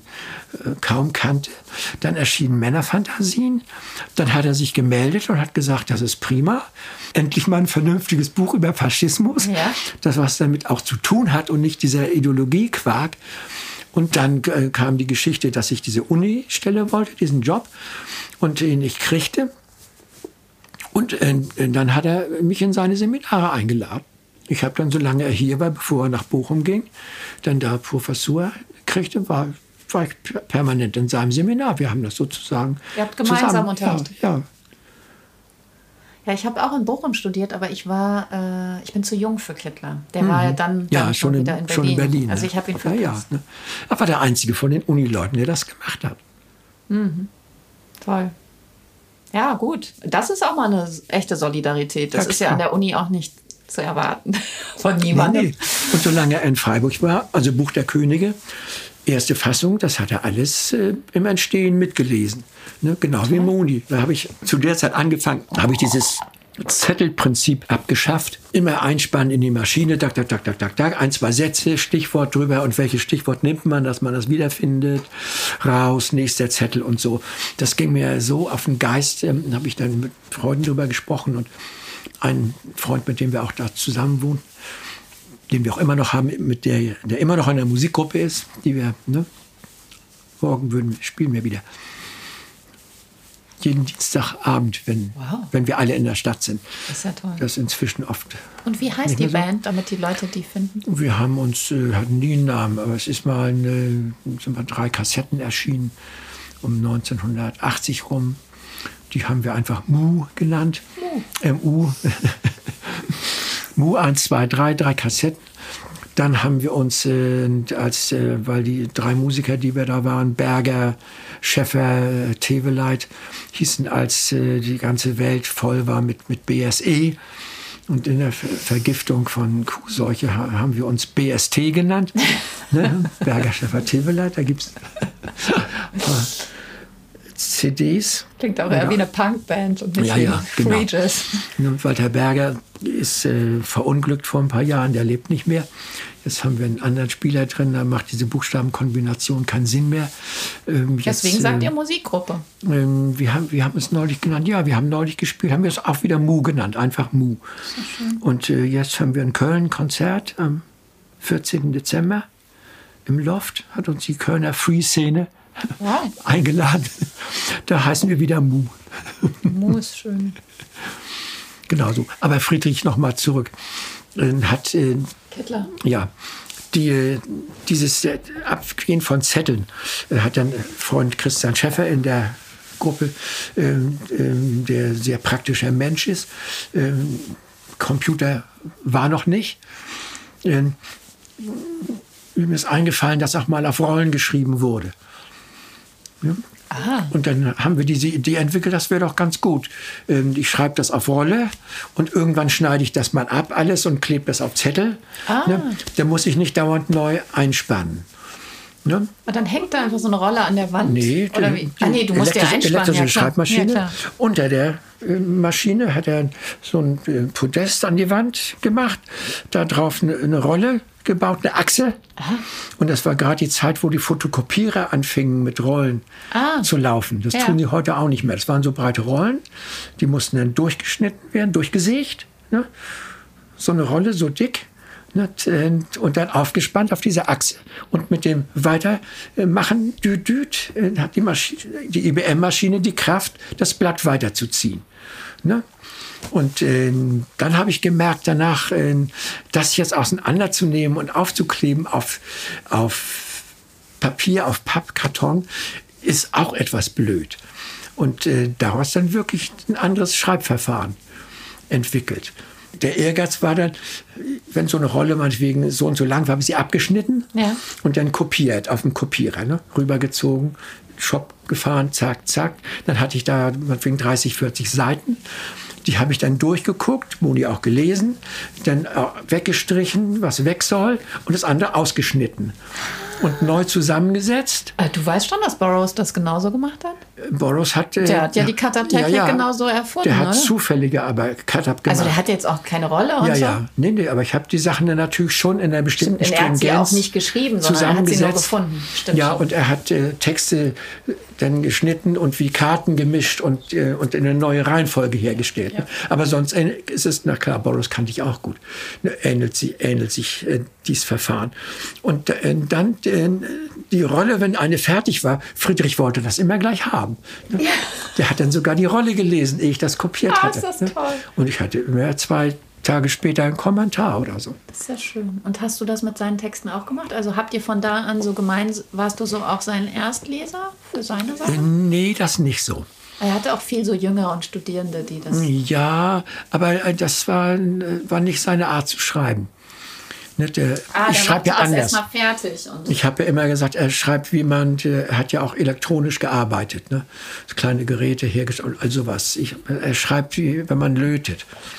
kaum kannte. Dann erschienen Männerfantasien. Dann hat er sich gemeldet und hat gesagt, das ist prima. Endlich mal ein vernünftiges Buch über Faschismus, Ja. das was damit auch zu tun hat und nicht dieser Ideologiequark. Und dann kam die Geschichte, dass ich diese Uni-Stelle wollte, diesen Job, und den ich kriegte. Und dann hat er mich in seine Seminare eingeladen. Ich habe dann, solange er hier war, bevor er nach Bochum ging, dann da Professur kriegte, war ich permanent in seinem Seminar. Wir haben das sozusagen Ihr habt gemeinsam unterrichtet. Ja. Ja, ich habe auch in Bochum studiert, aber ich bin zu jung für Kittler. Der war ja dann schon wieder in Berlin. Schon in Berlin. Also ich habe ihn ja, verpasst. ja, ne? Er war der Einzige von den Unileuten, der das gemacht hat. Toll. Ja, gut. Das ist auch mal eine echte Solidarität. Das Ja, ist ja klar. an der Uni auch nicht zu erwarten von niemandem. Nee. Und solange er in Freiburg war, also Buch der Könige, erste Fassung, das hat er alles im Entstehen mitgelesen. Ne? Genau wie Moni. Da habe ich zu der Zeit angefangen, habe ich dieses Zettelprinzip abgeschafft. Immer einspannen in die Maschine, tak, tak, tak, tak, tak, tak, 1, 2 Sätze, Stichwort drüber und welches Stichwort nimmt man, dass man das wiederfindet, raus, nächster Zettel und so. Das ging mir so auf den Geist, habe ich dann mit Freunden drüber gesprochen und ein Freund, mit dem wir auch da zusammen wohnen, den wir auch immer noch haben, mit der immer noch in der Musikgruppe ist, die wir, morgen spielen wir wieder. Jeden Dienstagabend, wenn wir alle in der Stadt sind. Das ist ja toll. Das ist inzwischen oft. Und wie heißt die Band, damit die Leute die finden? Wir haben hatten nie einen Namen, aber es ist sind mal 3 Kassetten erschienen um 1980 rum. Die haben wir einfach Mu genannt. MU. Mu 1, 2, 3 Kassetten. Dann haben wir uns, weil die 3 Musiker, die wir da waren, Berger, Schäffer, Teveleit, hießen, als die ganze Welt voll war mit BSE. Und in der Vergiftung von Kuhseuche haben wir uns BST genannt. Ne? Berger, Schäffer, Teveleit, da gibt es CDs. Klingt auch eher wie eine Punkband und nicht wie Free Jazz. Genau. Walter Berger ist verunglückt vor ein paar Jahren, der lebt nicht mehr. Jetzt haben wir einen anderen Spieler drin, da macht diese Buchstabenkombination keinen Sinn mehr. Deswegen sagt ihr Musikgruppe. Wir haben es neulich genannt, ja, wir haben neulich gespielt, haben wir es auch wieder Mu genannt, einfach Mu. Und jetzt haben wir in Köln ein Konzert am 14. Dezember im Loft, hat uns die Kölner Free-Szene eingeladen. Da heißen wir wieder Mu. Mu ist schön. Genau so. Aber Friedrich, noch mal zurück. Hat Kittler. Ja, dieses Abgehen von Zetteln hat dann Freund Christian Schäffer in der Gruppe, der sehr praktischer Mensch ist. Computer war noch nicht. Ihm ist eingefallen, dass auch mal auf Rollen geschrieben wurde. Ja. Und dann haben wir diese Idee entwickelt, das wäre doch ganz gut. Ich schreibe das auf Rolle und irgendwann schneide ich das mal ab alles und klebe das auf Zettel. Ne? Da muss ich nicht dauernd neu einspannen. Ne? Und dann hängt da einfach so eine Rolle an der Wand? Nee, oder wie? Nee, du musst ja einspannen. Elektrische Schreibmaschine. Ja, unter der Maschine hat er so ein Podest an die Wand gemacht, da drauf eine Rolle gebaut, eine Achse. Aha. Und das war gerade die Zeit, wo die Fotokopierer anfingen mit Rollen zu laufen. Das tun die heute auch nicht mehr. Das waren so breite Rollen, die mussten dann durchgeschnitten werden, durchgesägt. Ne? So eine Rolle, so dick. Und dann aufgespannt auf dieser Achse. Und mit dem Weitermachen hat die IBM-Maschine die Kraft, das Blatt weiterzuziehen. Ne? Und dann habe ich gemerkt danach, das jetzt auseinanderzunehmen und aufzukleben auf Papier, auf Pappkarton, ist auch etwas blöd. Und daraus dann wirklich ein anderes Schreibverfahren entwickelt. Der Ehrgeiz war dann, wenn so eine Rolle meinetwegen so und so lang war, habe ich sie abgeschnitten und dann kopiert auf dem Kopierer, ne? Rübergezogen, Shop gefahren, zack, zack. Dann hatte ich da meinetwegen 30, 40 Seiten. Die habe ich dann durchgeguckt, Moni auch gelesen, dann weggestrichen, was weg soll und das andere ausgeschnitten und neu zusammengesetzt. Du weißt schon, dass Burroughs das genauso gemacht hat? Burroughs hat... Der hat ja die Cut-Up-Technik genauso erfunden, der hat oder? zufällige aber Cut-Up gemacht. Also der hat jetzt auch keine Rolle und so? Ja, nee, aber ich habe die Sachen dann natürlich schon in einer bestimmten Stringenz. Er hat sie auch nicht geschrieben, sondern er hat sie nur gefunden. Stimmt schon. Und er hat Texte dann geschnitten und wie Karten gemischt und in eine neue Reihenfolge hergestellt. Ja. Aber sonst ist es, na klar, Burroughs kannte ich auch gut, ähnelt sich dieses Verfahren. Und dann die Rolle, wenn eine fertig war, Friedrich wollte das immer gleich haben. Ja. Der hat dann sogar die Rolle gelesen, ehe ich das kopiert hatte. Ist das toll. Und ich hatte immer 2 Tage später einen Kommentar oder so. Das ist ja schön. Und hast du das mit seinen Texten auch gemacht? Also habt ihr von da an so warst du so auch sein Erstleser für seine Sachen? Nee, das nicht so. Er hatte auch viel so Jünger und Studierende, die das... Ja, aber das war nicht seine Art zu schreiben. Ich schreibe ja anders. Ich habe ja immer gesagt, er schreibt, er hat ja auch elektronisch gearbeitet, ne? Kleine Geräte hergestellt und all sowas. Er schreibt, wie wenn man lötet.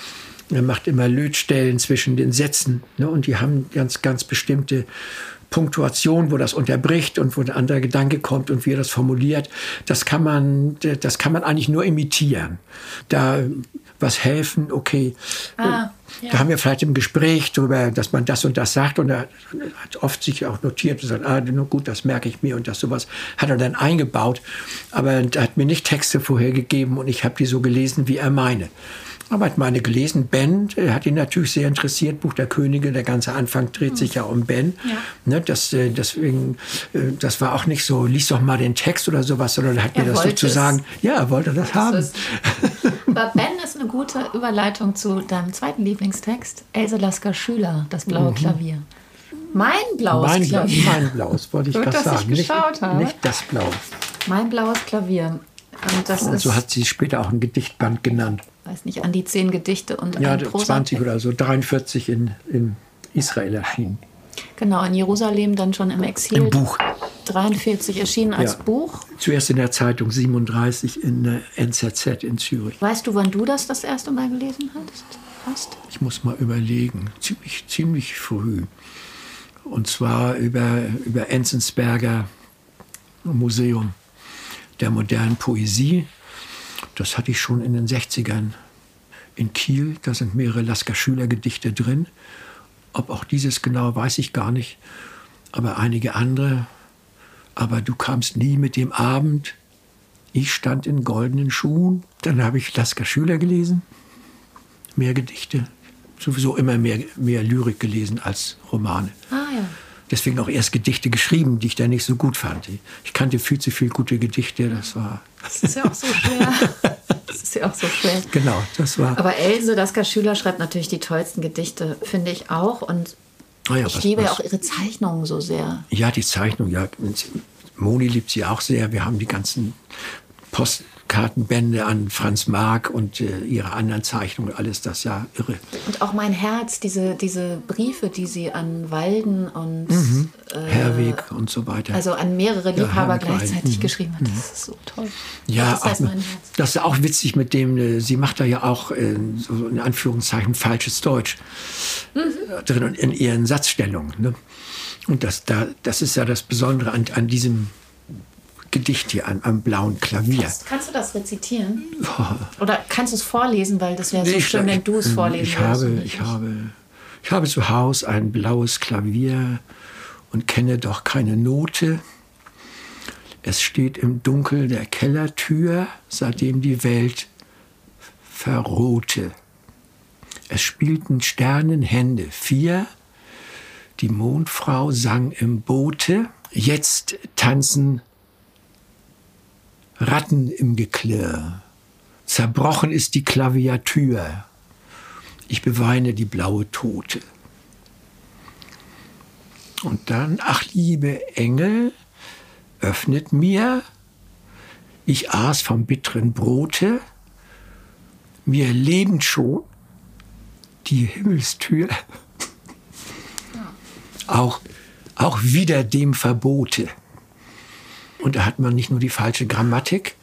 Er macht immer Lötstellen zwischen den Sätzen, ne? Und die haben ganz, ganz bestimmte Punktuation, wo das unterbricht und wo ein anderer Gedanke kommt und wie er das formuliert. Das kann man eigentlich nur imitieren. Da was helfen, okay. Da haben wir vielleicht im Gespräch darüber, dass man das und das sagt, und er hat oft sich auch notiert und sagt, nur gut, das merke ich mir, und das sowas hat er dann eingebaut. Aber er hat mir nicht Texte vorher gegeben und ich habe die so gelesen, wie er meine. Aber hat meine gelesen, Ben, hat ihn natürlich sehr interessiert, Buch der Könige, der ganze Anfang dreht sich ja um Ben. Ja. Ne, deswegen, das war auch nicht so, lies doch mal den Text oder sowas, sondern er hat mir das sozusagen, er wollte das haben. Aber Ben ist eine gute Überleitung zu deinem zweiten Lieblingstext, Else Lasker Schüler, das blaue Klavier. Mein blaues Klavier. Mein blaues, wollte ich gerade sagen. Nicht das Blaue. Mein blaues Klavier. Und so hat sie später auch ein Gedichtband genannt. Weiß nicht, an die 10 Gedichte und ein Prosa. 20 oder so, 43 in Israel erschienen. Genau, in Jerusalem dann schon im Exil. Im Buch. 43 erschienen als Buch. Zuerst in der Zeitung, 37 in der NZZ in Zürich. Weißt du, wann du das erste Mal gelesen hast? Ich muss mal überlegen. Ziemlich früh. Und zwar über Enzensberger Museum der modernen Poesie. Das hatte ich schon in den 60ern in Kiel. Da sind mehrere Lasker-Schüler-Gedichte drin. Ob auch dieses genau, weiß ich gar nicht. Aber einige andere. Aber du kamst nie mit dem Abend. Ich stand in goldenen Schuhen. Dann habe ich Lasker-Schüler gelesen. Mehr Gedichte. Sowieso immer mehr Lyrik gelesen als Romane. Ja. Deswegen auch erst Gedichte geschrieben, die ich da nicht so gut fand. Ich kannte viel zu viele gute Gedichte. Das ist ja auch so schwer. Genau, das war. Aber Else Lasker Schüler schreibt natürlich die tollsten Gedichte, finde ich auch. Und ich liebe ja auch ihre Zeichnungen so sehr. Ja, die Zeichnung, ja. Moni liebt sie auch sehr. Wir haben die ganzen Postkartenbände an Franz Marc und ihre anderen Zeichnungen, alles das, ja, irre. Und auch mein Herz, diese Briefe, die sie an Walden und Herweg und so weiter. Also an mehrere Liebhaber gleichzeitig geschrieben hat. Das ist so toll. Ja, das heißt mein Herz. Das ist auch witzig mit dem, sie macht da ja auch so in Anführungszeichen falsches Deutsch drin in ihren Satzstellungen. Ne? Und das ist ja das Besondere an diesem Gedicht hier am blauen Klavier. Kannst du das rezitieren? Oder kannst du es vorlesen, weil das wäre so schön, wenn du es vorlesen würdest. Ich habe zu Hause ein blaues Klavier und kenne doch keine Note. Es steht im Dunkel der Kellertür, seitdem die Welt verrohte. Es spielten Sternenhände 4, die Mondfrau sang im Boote. Jetzt tanzen Ratten im Geklirr. Zerbrochen ist die Klaviatur. Ich beweine die blaue Tote. Und dann, ach liebe Engel, öffnet mir. Ich aß vom bitteren Brote. Mir lebend schon die Himmelstür. Auch wider dem Verbote. Und da hat man nicht nur die falsche Grammatik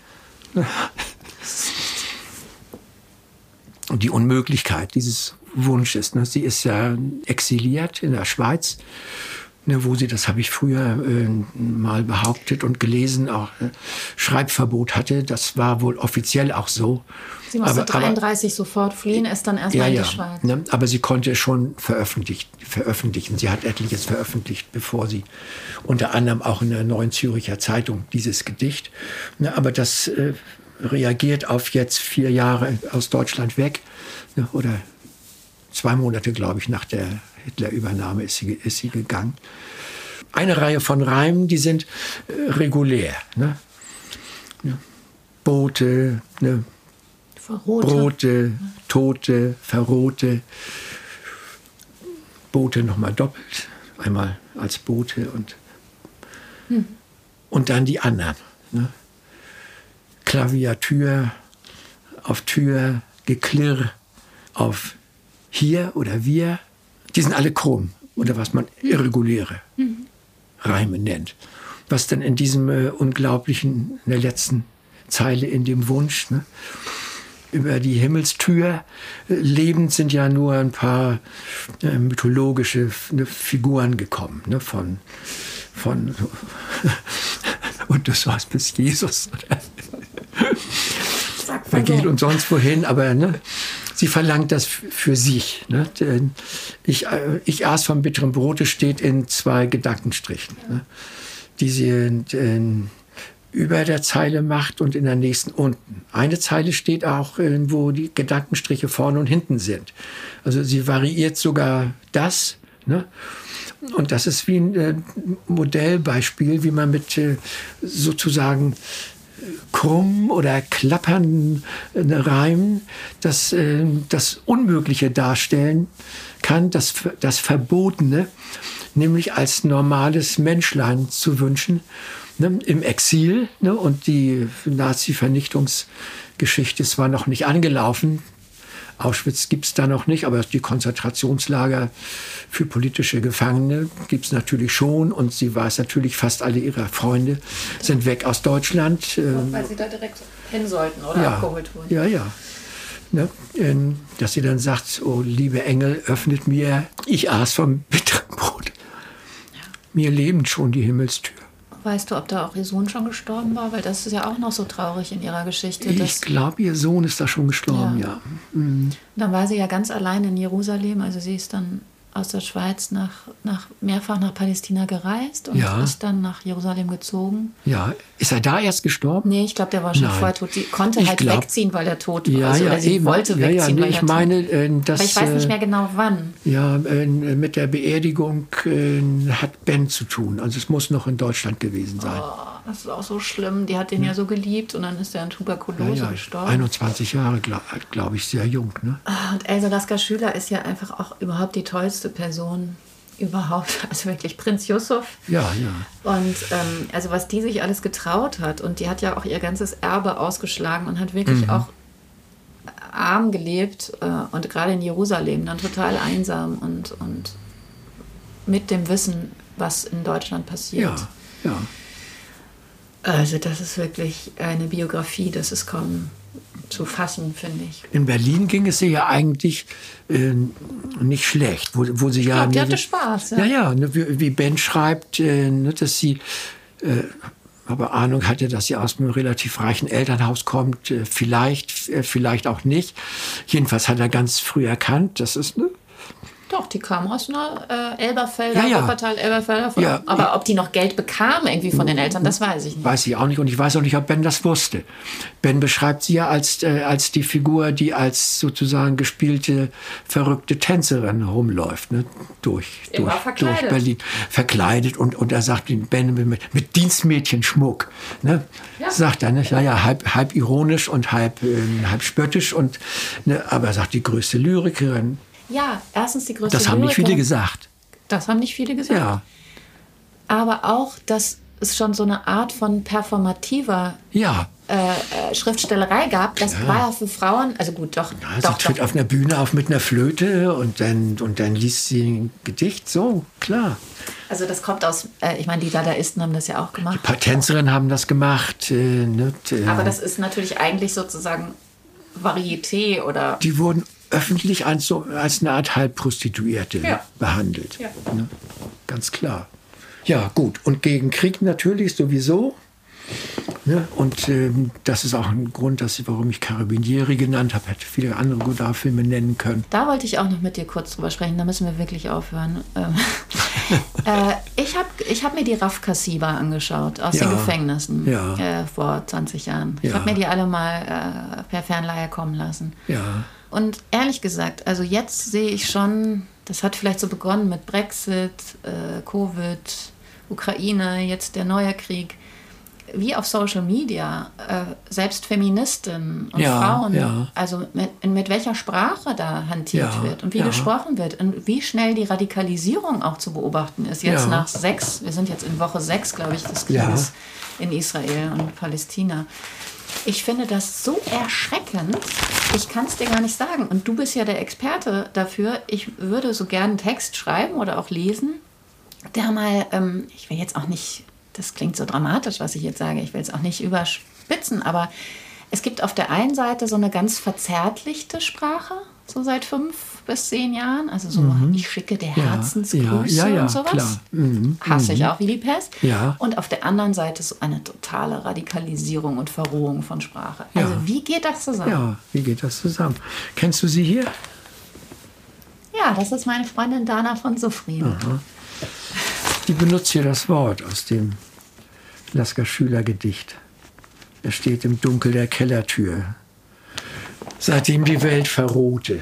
und die Unmöglichkeit dieses Wunsches. Ne? Sie ist ja exiliert in der Schweiz, ne, wo sie, das habe ich früher mal behauptet und gelesen, auch Schreibverbot hatte. Das war wohl offiziell auch so. Sie musste 1933 sofort fliehen, ist dann erstmal in die Schweiz. Ne? Aber sie konnte schon veröffentlichen. Sie hat etliches veröffentlicht, bevor sie unter anderem auch in der Neuen Züricher Zeitung dieses Gedicht. Ne? Aber das reagiert auf jetzt 4 Jahre aus Deutschland weg. Ne? Oder 2 Monate, glaube ich, nach der Hitler-Übernahme ist sie gegangen. Eine Reihe von Reimen, die sind regulär. Ne? Ja. Boote, ne? Brote, Tote, Verrohte. Boote nochmal doppelt. Einmal als Boote und dann die anderen. Ne? Klaviatur, auf Tür, Geklirr, auf hier oder wir. Die sind alle chrom oder was man irreguläre Reime nennt. Was dann in diesem unglaublichen, in der letzten Zeile, in dem Wunsch, ne? über die Himmelstür. Lebend sind ja nur ein paar mythologische Figuren gekommen, ne? Von Odysseus bis Jesus. Wer geht und sonst wohin, aber ne? Sie verlangt das für sich. Ne? Ich aß vom bitteren Brote steht in 2 Gedankenstrichen, ne? Die sie über der Zeile macht und in der nächsten unten. Eine Zeile steht auch, wo die Gedankenstriche vorne und hinten sind. Also sie variiert sogar das. Ne? Und das ist wie ein Modellbeispiel, wie man mit sozusagen krumm oder klappern Reimen das Unmögliche darstellen kann, das Verbotene, nämlich als normales Menschlein zu wünschen, ne, im Exil. Ne, und die Nazi-Vernichtungsgeschichte ist zwar noch nicht angelaufen, Auschwitz gibt es da noch nicht, aber die Konzentrationslager für politische Gefangene gibt es natürlich schon. Und sie weiß natürlich, fast alle ihrer Freunde sind weg aus Deutschland. Weil sie da direkt hin sollten oder abgeholt wurden. Ja, ja. Ne? Dass sie dann sagt, oh liebe Engel, öffnet mir, ich aß vom bitteren Brot. Ja. Mir lebend schon die Himmelstür. Weißt du, ob da auch ihr Sohn schon gestorben war? Weil das ist ja auch noch so traurig in ihrer Geschichte. Ich glaube, ihr Sohn ist da schon gestorben, ja. Mhm. Dann war sie ja ganz allein in Jerusalem. Also sie ist dann aus der Schweiz mehrfach nach Palästina gereist und ist dann nach Jerusalem gezogen. Ja, ist er da erst gestorben? Nee, ich glaube, der war schon vorher tot. Sie konnte wegziehen, weil er tot war. Ja, also, oder sie eben. wollte wegziehen, nee, weil ich meine, aber ich weiß nicht mehr genau wann. Ja, mit der Beerdigung hat Ben zu tun. Also es muss noch in Deutschland gewesen sein. Oh, das ist auch so schlimm. Die hat den ja so geliebt und dann ist er an Tuberkulose gestorben. 21 Jahre, glaube ich, sehr jung. Ne? Und Else Lasker-Schüler ist ja einfach auch überhaupt die tollste Person überhaupt. Also wirklich Prinz Yusuf. Ja, ja. Und also was die sich alles getraut hat. Und die hat ja auch ihr ganzes Erbe ausgeschlagen und hat wirklich auch arm gelebt und gerade in Jerusalem dann total einsam und mit dem Wissen, was in Deutschland passiert. Ja, ja. Also das ist wirklich eine Biografie, das ist kaum zu fassen, finde ich. In Berlin ging es ihr ja eigentlich nicht schlecht, wo sie ja... Die hatte Spaß. Ja, ja, wie Ben schreibt, dass sie... aber Ahnung hatte, dass sie aus einem relativ reichen Elternhaus kommt. Vielleicht auch nicht. Jedenfalls hat er ganz früh erkannt, das ist Doch, die kam aus einer Elberfelder, ja. Wuppertal, Elberfelder. Ja, aber ob die noch Geld bekam irgendwie von den Eltern, das weiß ich nicht. Weiß ich auch nicht. Und ich weiß auch nicht, ob Ben das wusste. Ben beschreibt sie ja als die Figur, die als sozusagen gespielte, verrückte Tänzerin rumläuft. Ne? Durch Berlin. Verkleidet. Und er sagt Ben mit Dienstmädchenschmuck. Ne? Ja. Sagt er, ne? Ja, halb ironisch und halb spöttisch. Und, ne? Aber er sagt, die größte Lyrikerin. Ja, erstens die größte Das haben nicht viele gesagt. Das haben nicht viele gesagt. Ja. Aber auch, dass es schon so eine Art von performativer Schriftstellerei gab. Das war ja für Frauen, also gut, doch. Ja, sie tritt auf einer Bühne auf mit einer Flöte und dann liest sie ein Gedicht, so, klar. Also das kommt aus, ich meine, die Dadaisten haben das ja auch gemacht. Die paar Tänzerinnen haben das gemacht. Aber das ist natürlich eigentlich sozusagen Varieté oder... Die wurden öffentlich als eine Art Halbprostituierte behandelt. Ja. Ne? Ganz klar. Ja, gut. Und gegen Krieg natürlich sowieso. Ne? Und das ist auch ein Grund, warum ich Carabinieri genannt habe. Hätte viele andere Godard-Filme nennen können. Da wollte ich auch noch mit dir kurz drüber sprechen. Da müssen wir wirklich aufhören. Ich hab mir die RAF-Kassiber angeschaut aus den Gefängnissen vor 20 Jahren. Ich habe mir die alle mal per Fernleihe kommen lassen. Ja. Und ehrlich gesagt, also jetzt sehe ich schon, das hat vielleicht so begonnen mit Brexit, Covid, Ukraine, jetzt der neue Krieg, wie auf Social Media, selbst Feministinnen und Frauen, also mit welcher Sprache da hantiert wird und wie gesprochen wird und wie schnell die Radikalisierung auch zu beobachten ist. Jetzt nach 6, wir sind jetzt in Woche 6, glaube ich, des Krieges in Israel und Palästina. Ich finde das so erschreckend, ich kann es dir gar nicht sagen. Und du bist ja der Experte dafür. Ich würde so gerne einen Text schreiben oder auch lesen, der mal, ich will jetzt auch nicht, das klingt so dramatisch, was ich jetzt sage, ich will es auch nicht überspitzen, aber Es gibt auf der einen Seite so eine ganz verzärtlichte Sprache, so seit 5 bis 10 Jahren. Also so, ich schicke dir Herzensgrüße und sowas. Klar. Hasse ich auch wie die Pest. Ja. Und auf der anderen Seite so eine totale Radikalisierung und Verrohung von Sprache. Also wie geht das zusammen? Ja, wie geht das zusammen? Kennst du sie hier? Ja, das ist meine Freundin Dana von Suffrieden. Die benutzt hier das Wort aus dem Lasker Schüler Gedicht. Er steht im Dunkel der Kellertür, seitdem die Welt verrohte.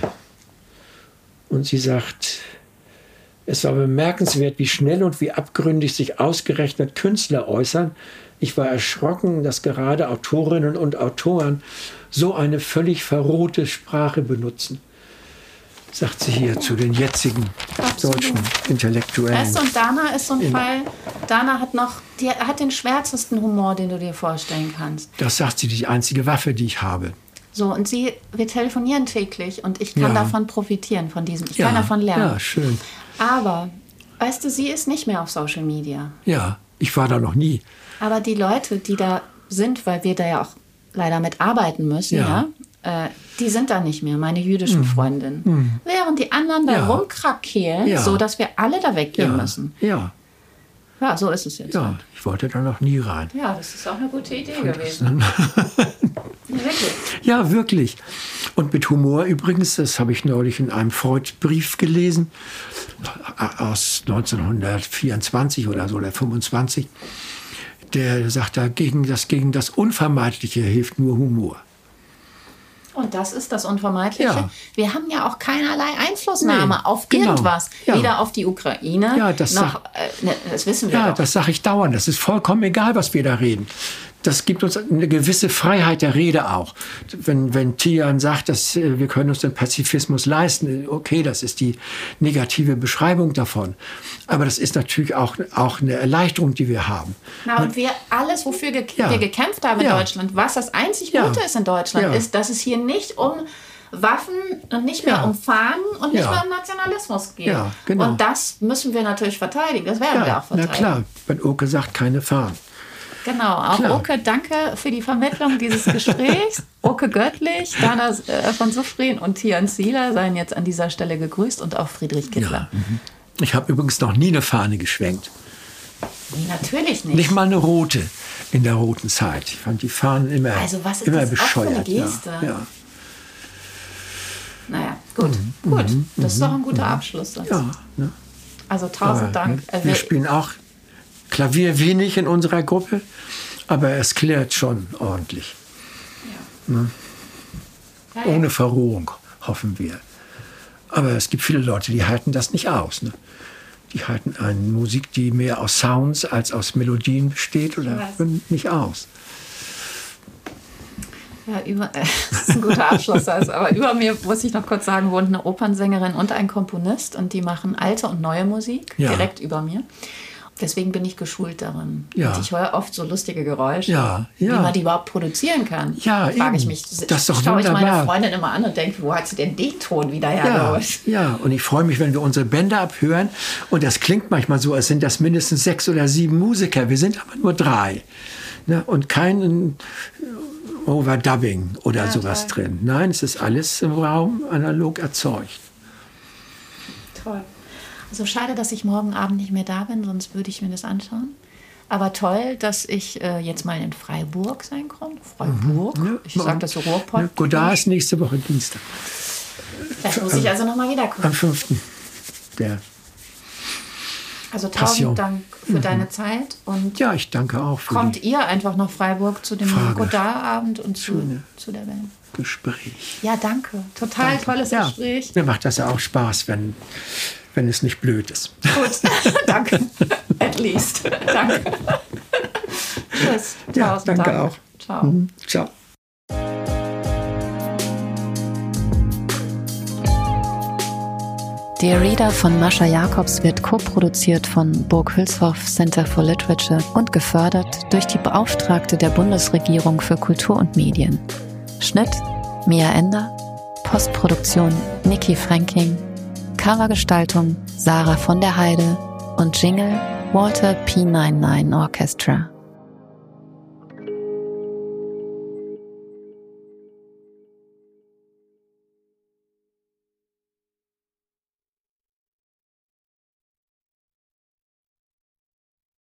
Und sie sagt, es war bemerkenswert, wie schnell und wie abgründig sich ausgerechnet Künstler äußern. Ich war erschrocken, dass gerade Autorinnen und Autoren so eine völlig verrohte Sprache benutzen, sagt sie hier zu den jetzigen deutschen Intellektuellen. Weißt du, und Dana ist so ein Fall, Dana hat den schwärzesten Humor, den du dir vorstellen kannst. Das sagt sie, die einzige Waffe, die ich habe. So, und wir telefonieren täglich und ich kann davon profitieren, ich kann davon lernen. Ja, schön. Aber, weißt du, sie ist nicht mehr auf Social Media. Ja, ich war da noch nie. Aber die Leute, die da sind, weil wir da ja auch leider mit arbeiten müssen, die sind da nicht mehr, meine jüdischen Freundinnen. Während die anderen da rumkrakehlen, so dass wir alle da weggehen müssen. Ja. Ja, so ist es jetzt. Ja, halt. ich wollte da noch nie rein. Ja, das ist auch eine gute Idee gewesen. Wirklich. Ja, wirklich. Und mit Humor übrigens, das habe ich neulich in einem Freud-Brief gelesen, aus 1924 oder so, oder 25. Der sagt, gegen das Unvermeidliche hilft nur Humor. Und das ist das Unvermeidliche. Ja. Wir haben ja auch keinerlei Einflussnahme auf irgendwas. Ja. Weder auf die Ukraine, Ja, das wissen wir Ja, doch. das sage ich dauernd. Das ist vollkommen egal, was wir da reden. Das gibt uns eine gewisse Freiheit der Rede auch. Wenn Tian sagt, dass wir können uns den Pazifismus leisten, okay, das ist die negative Beschreibung davon. Aber das ist natürlich auch eine Erleichterung, die wir haben. Na, und wir alles, wofür wir gekämpft haben in Deutschland, was das einzig Gute ist in Deutschland, ist, dass es hier nicht um Waffen und nicht mehr um Fahnen und nicht mehr um Nationalismus geht. Ja, genau. Und das müssen wir natürlich verteidigen. Das werden wir auch verteidigen. Na klar, wenn Oke sagt, keine Fahnen. Genau, auch Klar. Oke, danke für die Vermittlung dieses Gesprächs. Oke Göttlich, Dana von Suffrieden und Tian Zieler seien jetzt an dieser Stelle gegrüßt und auch Friedrich Kittler. Ja, ich habe übrigens noch nie eine Fahne geschwenkt. Nee, natürlich nicht. Nicht mal eine rote in der roten Zeit. Ich fand die Fahnen immer, also was ist immer das bescheuert. auch für eine Geste? Ja. Naja, gut. Das ist doch ein guter Abschluss. Ja, ne? Also 1000 Dank. Wir spielen auch Klavier wenig in unserer Gruppe, aber es klärt schon ordentlich. Ja. Ne? Ja. Ohne Verrohung, hoffen wir. Aber es gibt viele Leute, die halten das nicht aus. Ne? Die halten eine Musik, die mehr aus Sounds als aus Melodien besteht, oder nicht aus. Ja, das ist ein guter Abschluss. Aber über mir, muss ich noch kurz sagen, wohnt eine Opernsängerin und ein Komponist und die machen alte und neue Musik direkt über mir. Deswegen bin ich geschult darin. Ja. Und ich höre oft so lustige Geräusche, wie man die überhaupt produzieren kann. Ja, frage ich mich. Das ist doch schaue ich meine wunderbar. Freundin immer an und denke, wo hat sie denn den Ton wieder hergeholt? Ja, und ich freue mich, wenn wir unsere Bänder abhören. Und das klingt manchmal so, als sind das mindestens 6 oder 7 Musiker. Wir sind aber nur 3. Ne? Und kein Overdubbing oder sowas drin. Nein, es ist alles im Raum analog erzeugt. Toll. Also schade, dass ich morgen Abend nicht mehr da bin, sonst würde ich mir das anschauen. Aber toll, dass ich jetzt mal in Freiburg sein kann. Freiburg? Ich sage das so Ruhrpott. Godard ist nächste Woche Dienstag. Vielleicht muss ich also nochmal wiederkommen. Am 5. Also Passion. 1000 Dank für deine Zeit. Und ja, ich danke auch für kommt ihr einfach nach Freiburg zu dem Godard-Abend und zu der Band? Gespräch. Ja, danke. Total tolles Gespräch. Mir macht das ja auch Spaß, wenn es nicht blöd ist. Gut, danke. At least. Danke. Tschüss. Ja, danke Dank. auch. Ciao. Ciao. Der Reader von Mascha Jacobs wird co-produziert von Burg Hülshoff Center for Literature und gefördert durch die Beauftragte der Bundesregierung für Kultur und Medien. Schnitt Mia Ender, Postproduktion Niki Fränking, Covergestaltung Sarah von der Heide und Jingle Walter P99 Orchestra.